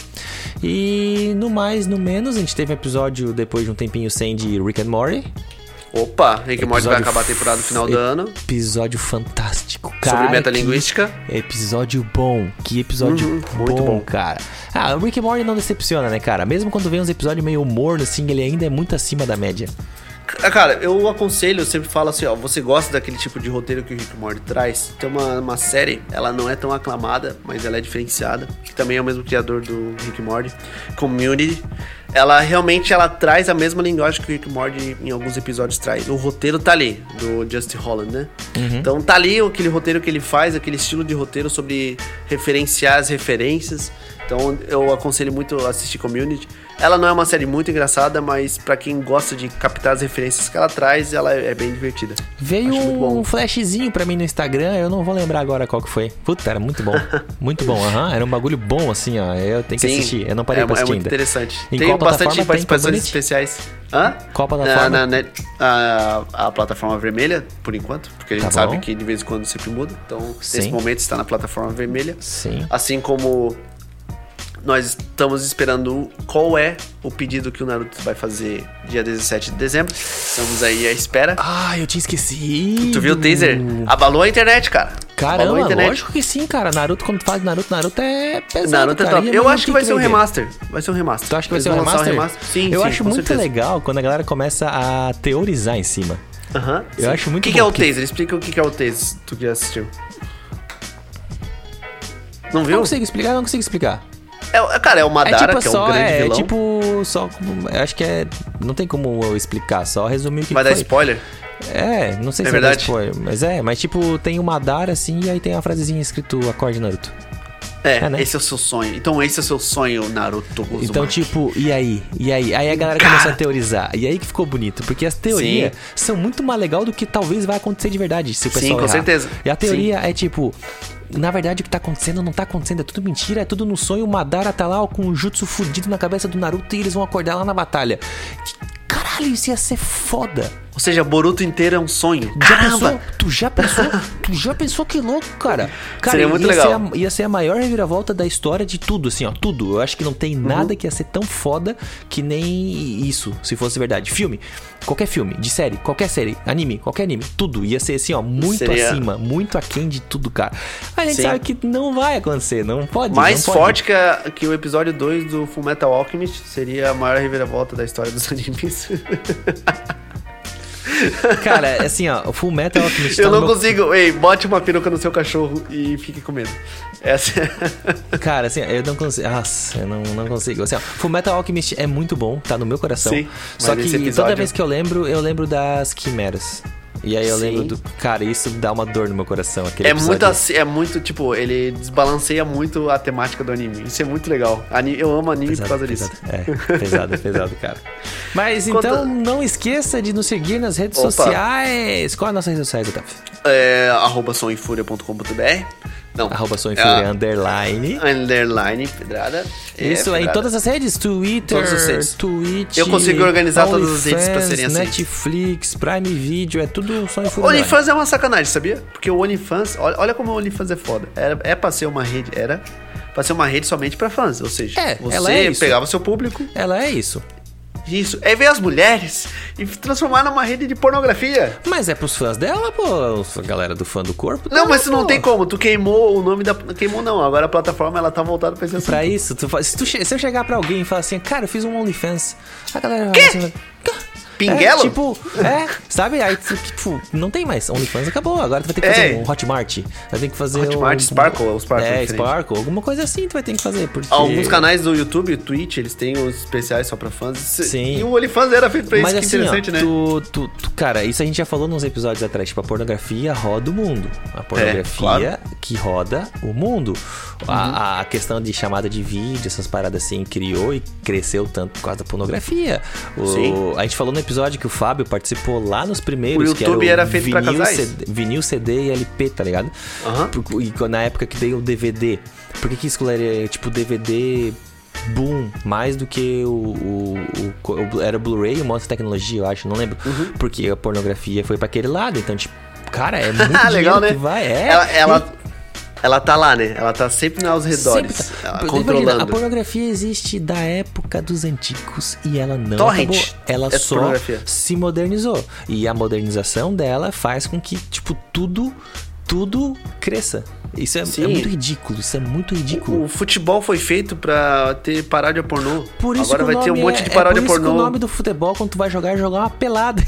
Speaker 2: E no mais, no menos, a gente teve um episódio depois de um tempinho sem de Rick and Morty.
Speaker 1: Opa, Rick and Morty vai acabar a temporada no final do ano.
Speaker 2: Episódio fantástico, cara.
Speaker 1: Sobre metalinguística.
Speaker 2: Episódio bom. Que episódio uhum, bom, muito bom, cara. Ah, o Rick and Morty não decepciona, né, cara? Mesmo quando vem uns episódios meio humor, assim, ele ainda é muito acima da média.
Speaker 1: Cara, eu aconselho, eu sempre falo assim, ó, você gosta daquele tipo de roteiro que o Rick and Morty traz? Tem uma, uma série, ela não é tão aclamada, mas ela é diferenciada, que também é o mesmo criador do Rick and Morty, Community. Ela realmente ela traz a mesma linguagem que o Rick and Morty em alguns episódios traz. O roteiro tá ali, do Justin Holland, né? Uhum. Então tá ali aquele roteiro que ele faz, aquele estilo de roteiro sobre referenciar as referências. Então eu aconselho muito assistir Community. Ela não é uma série muito engraçada, mas pra quem gosta de captar as referências que ela traz, ela é bem divertida.
Speaker 2: Veio um flashzinho pra mim no Instagram, eu não vou lembrar agora qual que foi. Puta, era muito bom. Muito bom, aham. Uhum. Era um bagulho bom, assim, ó. Eu tenho que Sim, assistir. Eu não parei
Speaker 1: é,
Speaker 2: pra assistir
Speaker 1: é muito
Speaker 2: ainda.
Speaker 1: Interessante.
Speaker 2: Em
Speaker 1: tem bastante participações
Speaker 2: tem
Speaker 1: especiais. Hã?
Speaker 2: Qual plataforma?
Speaker 1: Na, na, na, a, a plataforma vermelha, por enquanto. Porque a gente
Speaker 2: tá
Speaker 1: sabe
Speaker 2: bom.
Speaker 1: que de vez em quando sempre muda. Então,
Speaker 2: Sim.
Speaker 1: nesse momento está na plataforma vermelha.
Speaker 2: Sim.
Speaker 1: Assim como... Nós estamos esperando qual é o pedido que o Naruto vai fazer dia dezessete de dezembro. Estamos aí à espera.
Speaker 2: Ah, eu tinha esquecido.
Speaker 1: Tu viu o teaser? Abalou a internet, cara.
Speaker 2: Caramba,
Speaker 1: a internet.
Speaker 2: Lógico que sim, cara. Naruto, quando faz Naruto, Naruto é pesado,
Speaker 1: Naruto é
Speaker 2: cara.
Speaker 1: top. Eu acho que vai ser um remaster. Vai ser um remaster.
Speaker 2: Tu acha que vai ser um remaster?
Speaker 1: um remaster? Sim,
Speaker 2: Eu
Speaker 1: sim,
Speaker 2: acho muito
Speaker 1: certeza.
Speaker 2: legal quando a galera começa a teorizar em cima.
Speaker 1: Aham. Uh-huh,
Speaker 2: eu sim. acho muito
Speaker 1: bom. O que, que é o taser? Explica o que é o taser, tu que assistiu. Não viu?
Speaker 2: Não consigo explicar, não consigo explicar.
Speaker 1: É, cara, é o Madara, é tipo, que é um
Speaker 2: só,
Speaker 1: grande
Speaker 2: é,
Speaker 1: vilão.
Speaker 2: É tipo, só, eu acho que é, não tem como eu explicar, só resumir o que
Speaker 1: Vai
Speaker 2: que
Speaker 1: dar
Speaker 2: foi.
Speaker 1: spoiler?
Speaker 2: É, não sei
Speaker 1: é
Speaker 2: se
Speaker 1: verdade?
Speaker 2: é spoiler, mas é, mas tipo, tem o Madara assim, e aí tem a frasezinha escrito Acorde Naruto.
Speaker 1: É, é né? Esse é o seu sonho. Então esse é o seu sonho, Naruto Uzumaki.
Speaker 2: Então tipo, e aí? E aí? Aí a galera cara. começou a teorizar. E aí que ficou bonito, porque as teorias Sim. são muito mais legais do que talvez vai acontecer de verdade, se o pessoal
Speaker 1: Sim, com
Speaker 2: errar.
Speaker 1: certeza.
Speaker 2: E a teoria
Speaker 1: Sim.
Speaker 2: é tipo... Na verdade, o que tá acontecendo não tá acontecendo, é tudo mentira, é tudo no sonho. O Madara tá lá com o jutsu fudido na cabeça do Naruto e eles vão acordar lá na batalha. Caralho, isso ia ser foda.
Speaker 1: Ou seja, Boruto inteiro é um sonho.
Speaker 2: Já pensou? Tu já pensou? Tu já pensou que louco, cara? Cara,
Speaker 1: seria muito
Speaker 2: ia
Speaker 1: legal.
Speaker 2: Ser a, ia ser a maior reviravolta da história de tudo, assim, ó. Tudo. Eu acho que não tem uhum. nada que ia ser tão foda que nem isso, se fosse verdade. Filme. Qualquer filme, de série, qualquer série, anime, qualquer anime, tudo ia ser assim, ó, muito seria... acima, muito aquém de tudo, cara. A gente Sim. sabe que não vai acontecer, não pode.
Speaker 1: Mais
Speaker 2: não
Speaker 1: forte
Speaker 2: pode.
Speaker 1: Que, a, que o episódio dois do Fullmetal Alchemist seria a maior reviravolta da história dos animes.
Speaker 2: Cara, assim, ó, o Fullmetal Alchemist...
Speaker 1: Eu não meu... consigo... Ei, bote uma peruca no seu cachorro e fique com medo. Essa é...
Speaker 2: Cara, assim, eu não consigo... Nossa, eu não, não consigo. Assim, ó, Fullmetal Alchemist é muito bom, tá no meu coração.
Speaker 1: Sim,
Speaker 2: só que episódio... toda vez que eu lembro, eu lembro das quimeras. E aí eu Sim. lembro do... Cara, isso dá uma dor no meu coração. Aquele
Speaker 1: é,
Speaker 2: episódio.
Speaker 1: muito assim, é muito, tipo, ele desbalanceia muito a temática do anime. Isso é muito legal. Eu amo anime pesado, por causa
Speaker 2: pesado.
Speaker 1: disso.
Speaker 2: É, pesado, pesado, cara. Mas Conta... então, não esqueça de nos seguir nas redes Opa. sociais. Qual é a nossa rede sociais, Otávio?
Speaker 1: É, arroba sominfuria ponto com ponto b r. Não.
Speaker 2: Arroba sominfuria, é, underline.
Speaker 1: Underline, pedrada.
Speaker 2: Isso, é, é em todas as redes. Twitter, todas as redes. Twitch.
Speaker 1: Eu consigo organizar todas as redes pra serem assim.
Speaker 2: Netflix, Prime Video, é tudo só em
Speaker 1: O OnlyFans é uma sacanagem, sabia? Porque o OnlyFans, olha, olha como o OnlyFans é foda. Era, é pra ser uma rede, era pra ser uma rede somente pra fãs. Ou seja, é, você ela é pegava seu público.
Speaker 2: Ela é isso.
Speaker 1: Isso, é ver as mulheres e transformar numa rede de pornografia.
Speaker 2: Mas é pros fãs dela, pô, a galera do fã do corpo.
Speaker 1: Não, dela, mas tu não tem como, tu queimou o nome da... Queimou não, agora a plataforma ela tá voltada pra esse assunto.
Speaker 2: Pra isso, tu, se, tu, se eu chegar pra alguém e falar assim, cara, eu fiz um OnlyFans, a galera...
Speaker 1: Quê?
Speaker 2: Assim,
Speaker 1: Pinguelo?
Speaker 2: É, tipo, é, sabe? Aí, tipo, não tem mais OnlyFans, acabou. Agora tu vai ter que fazer é. um Hotmart. Vai ter que fazer
Speaker 1: Hotmart,
Speaker 2: um...
Speaker 1: Sparkle, o Sparkle.
Speaker 2: É, Sparkle, alguma coisa assim tu vai ter que fazer. Porque...
Speaker 1: Alguns canais do YouTube, Twitch, eles têm os especiais só pra fãs.
Speaker 2: Sim.
Speaker 1: E o OnlyFans era feito pra isso,
Speaker 2: Mas
Speaker 1: que
Speaker 2: assim,
Speaker 1: interessante,
Speaker 2: ó,
Speaker 1: né?
Speaker 2: Tu, tu, tu, cara, isso a gente já falou nos episódios atrás. Tipo, a pornografia roda o mundo. A pornografia é, claro. que roda o mundo. Uhum. A, a questão de chamada de vídeo, essas paradas assim, criou e cresceu tanto por causa da pornografia. O,
Speaker 1: Sim.
Speaker 2: A gente falou no episódio que o Fábio participou lá nos primeiros.
Speaker 1: O YouTube
Speaker 2: que era,
Speaker 1: era feito
Speaker 2: vinil,
Speaker 1: pra casais.
Speaker 2: C D, vinil, C D e L P, tá ligado?
Speaker 1: Uhum.
Speaker 2: E na época que dei o D V D. Por que que isso era tipo D V D... Boom, mais do que o, o, o era o Blu-ray, uma outra tecnologia, eu acho, não lembro. Uhum. Porque a pornografia foi pra aquele lado, então, tipo, cara, é muito
Speaker 1: legal, né?
Speaker 2: Que vai, é.
Speaker 1: Ela, ela, ela tá lá, né? Ela tá sempre aos redores, tá. ela, controlando. Imagina,
Speaker 2: a pornografia existe da época dos antigos e ela não
Speaker 1: Torrent.
Speaker 2: acabou. Ela
Speaker 1: é
Speaker 2: só se modernizou. E a modernização dela faz com que, tipo, tudo, tudo cresça. Isso é, é muito ridículo, isso é muito ridículo.
Speaker 1: O, o futebol foi feito pra ter paródia pornô.
Speaker 2: Por isso
Speaker 1: Agora vai ter um
Speaker 2: é,
Speaker 1: monte de paródia
Speaker 2: é por isso
Speaker 1: pornô.
Speaker 2: Que o nome do futebol, quando tu vai jogar, é jogar uma pelada.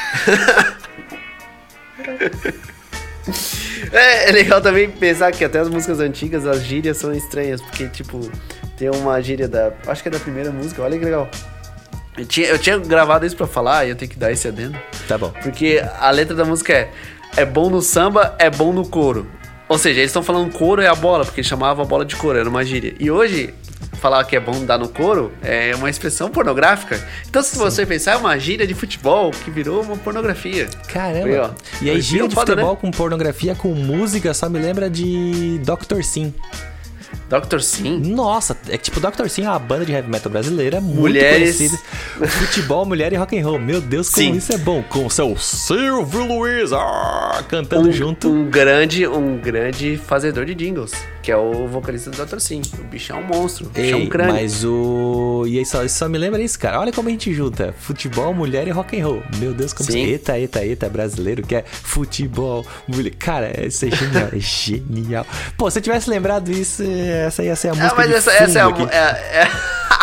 Speaker 1: é, é legal também pensar que até as músicas antigas, as gírias são estranhas. Porque, tipo, tem uma gíria da... Acho que é da primeira música, olha que legal. Eu tinha, eu tinha gravado isso pra falar e eu tenho que dar esse adendo.
Speaker 2: Tá bom.
Speaker 1: Porque a letra da música é: é bom no samba, é bom no couro. Ou seja, eles estão falando couro é a bola, porque chamava a bola de couro, era uma gíria. E hoje, falar que é bom dar no couro é uma expressão pornográfica. Então, se Sim. você pensar, é uma gíria de futebol que virou uma pornografia.
Speaker 2: Caramba. Aí, ó, e aí, gíria de foda, futebol, né? Com pornografia, com música, só me lembra de doutor Sim.
Speaker 1: doutor Sim?
Speaker 2: Nossa, é tipo doutor Sim é uma banda de heavy metal brasileira muito
Speaker 1: Mulheres...
Speaker 2: conhecida. Futebol, mulher e rock and roll. Meu Deus, como Sim. isso é bom. Com o seu Silvio Luiz ah, cantando
Speaker 1: um,
Speaker 2: junto.
Speaker 1: Um grande, um grande fazedor de jingles, que é o vocalista do doutor Sim. O bicho é um monstro, o bicho é um crânio.
Speaker 2: Mas o... E aí só, só me lembra isso, cara. Olha como a gente junta futebol, mulher e rock and roll. Meu Deus, como
Speaker 1: Sim.
Speaker 2: isso... Eita, eita, eita, brasileiro, que é futebol, mulher... Cara, isso é genial, é genial. Pô, se eu tivesse lembrado isso, essa ia ser a música. Ah, mas
Speaker 1: essa, essa é a. É, é...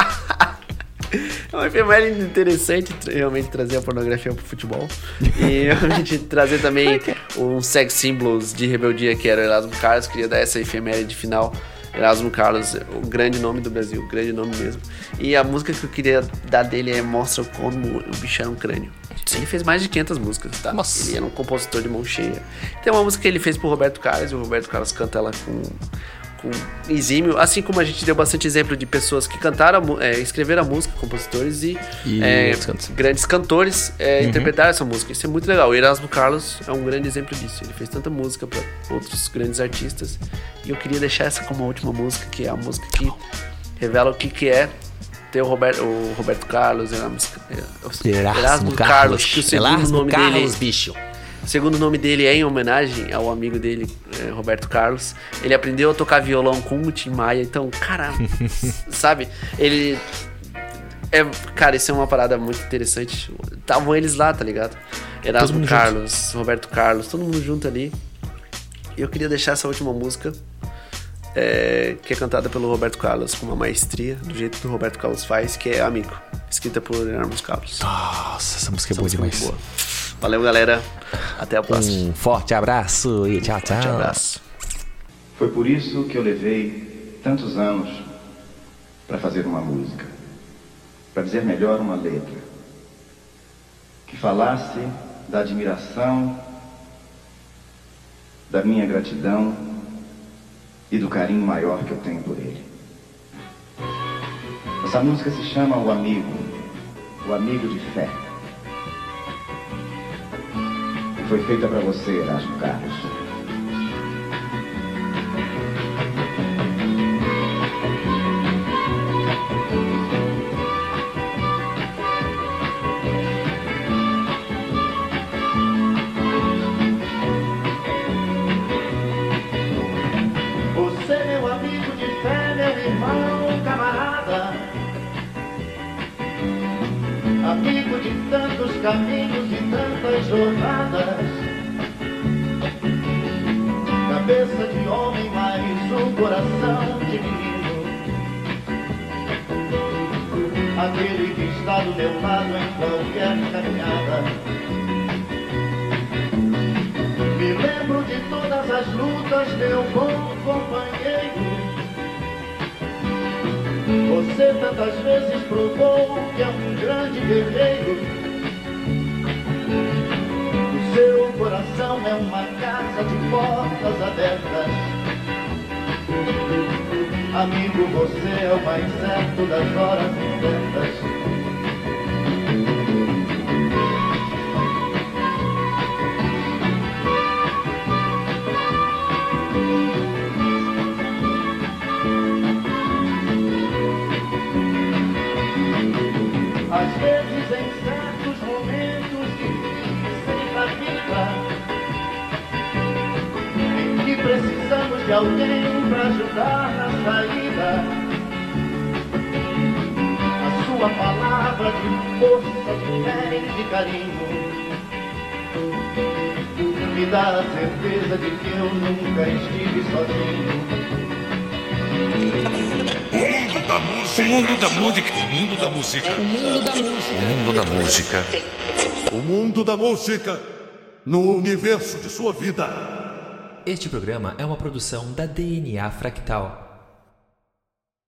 Speaker 1: é uma efeméride interessante, realmente, trazer a pornografia pro futebol. E realmente trazer também um sex symbols de rebeldia, que era o Erasmo Carlos. Queria dar essa efeméride final. Erasmo Carlos, o grande nome do Brasil, o grande nome mesmo. E a música que eu queria dar dele é Mostra Como o Bicho Era um Crânio. Ele fez mais de quinhentas músicas, tá?
Speaker 2: Nossa.
Speaker 1: Ele era um compositor de mão cheia. Tem uma música que ele fez pro Roberto Carlos, e o Roberto Carlos canta ela com... com exímio, assim como a gente deu bastante exemplo de pessoas que cantaram, é, escreveram a música, compositores e,
Speaker 2: e
Speaker 1: é, grandes cantores é, uhum. interpretaram essa música. Isso é muito legal. O Erasmo Carlos é um grande exemplo disso. Ele fez tanta música para outros grandes artistas e eu queria deixar essa como a última música, que é a música que revela o que, que é Tem o Roberto, o Roberto Carlos, Erasmus,
Speaker 2: Erasmo
Speaker 1: Erasmo
Speaker 2: Carlos,
Speaker 1: Carlos, que o segundo
Speaker 2: Erasmo
Speaker 1: nome
Speaker 2: Carlos,
Speaker 1: dele...
Speaker 2: bicho.
Speaker 1: O segundo nome dele é em homenagem ao amigo dele, é, Roberto Carlos. Ele aprendeu a tocar violão com o Tim Maia, então, cara, sabe? Ele... É, cara, isso é uma parada muito interessante. Estavam eles lá, tá ligado? Erasmo Carlos, junto. Roberto Carlos, todo mundo junto ali. E eu queria deixar essa última música, é, que é cantada pelo Roberto Carlos com uma maestria, do jeito que o Roberto Carlos faz, que é Amigo, escrita por Erasmo Carlos.
Speaker 2: Nossa, essa música é
Speaker 1: essa
Speaker 2: boa
Speaker 1: música
Speaker 2: demais.
Speaker 1: É boa. Valeu, galera. Até a próxima.
Speaker 2: Um forte abraço e tchau, tchau.
Speaker 1: Forte abraço.
Speaker 3: Foi por isso que eu levei tantos anos para fazer uma música, para dizer melhor uma letra, que falasse da admiração, da minha gratidão e do carinho maior que eu tenho por ele. Essa música se chama O Amigo, o Amigo de Fé. Foi feita para você, Erasmo Carlos.
Speaker 4: Você, meu amigo de fé, meu irmão, camarada, amigo de tantos caminhos e tantas jornadas, cabeça de homem, mas um coração de menino, aquele que está do meu lado em qualquer caminhada. Me lembro de todas as lutas, meu bom companheiro. Você tantas vezes provou que é um grande guerreiro. O seu coração é uma casa de portas abertas. Amigo, você é o mais certo das horas incertas. Às vezes em certos momentos difíceis da vida, em que precisamos de alguém para ajudar na saída, a sua palavra de força, de fé e de carinho me dá a certeza de que eu nunca estive sozinho.
Speaker 5: O mundo da música. O mundo da música. O mundo da música. O mundo da música.
Speaker 6: O mundo da música. No universo de sua vida.
Speaker 7: Este programa é uma produção da D N A Fractal.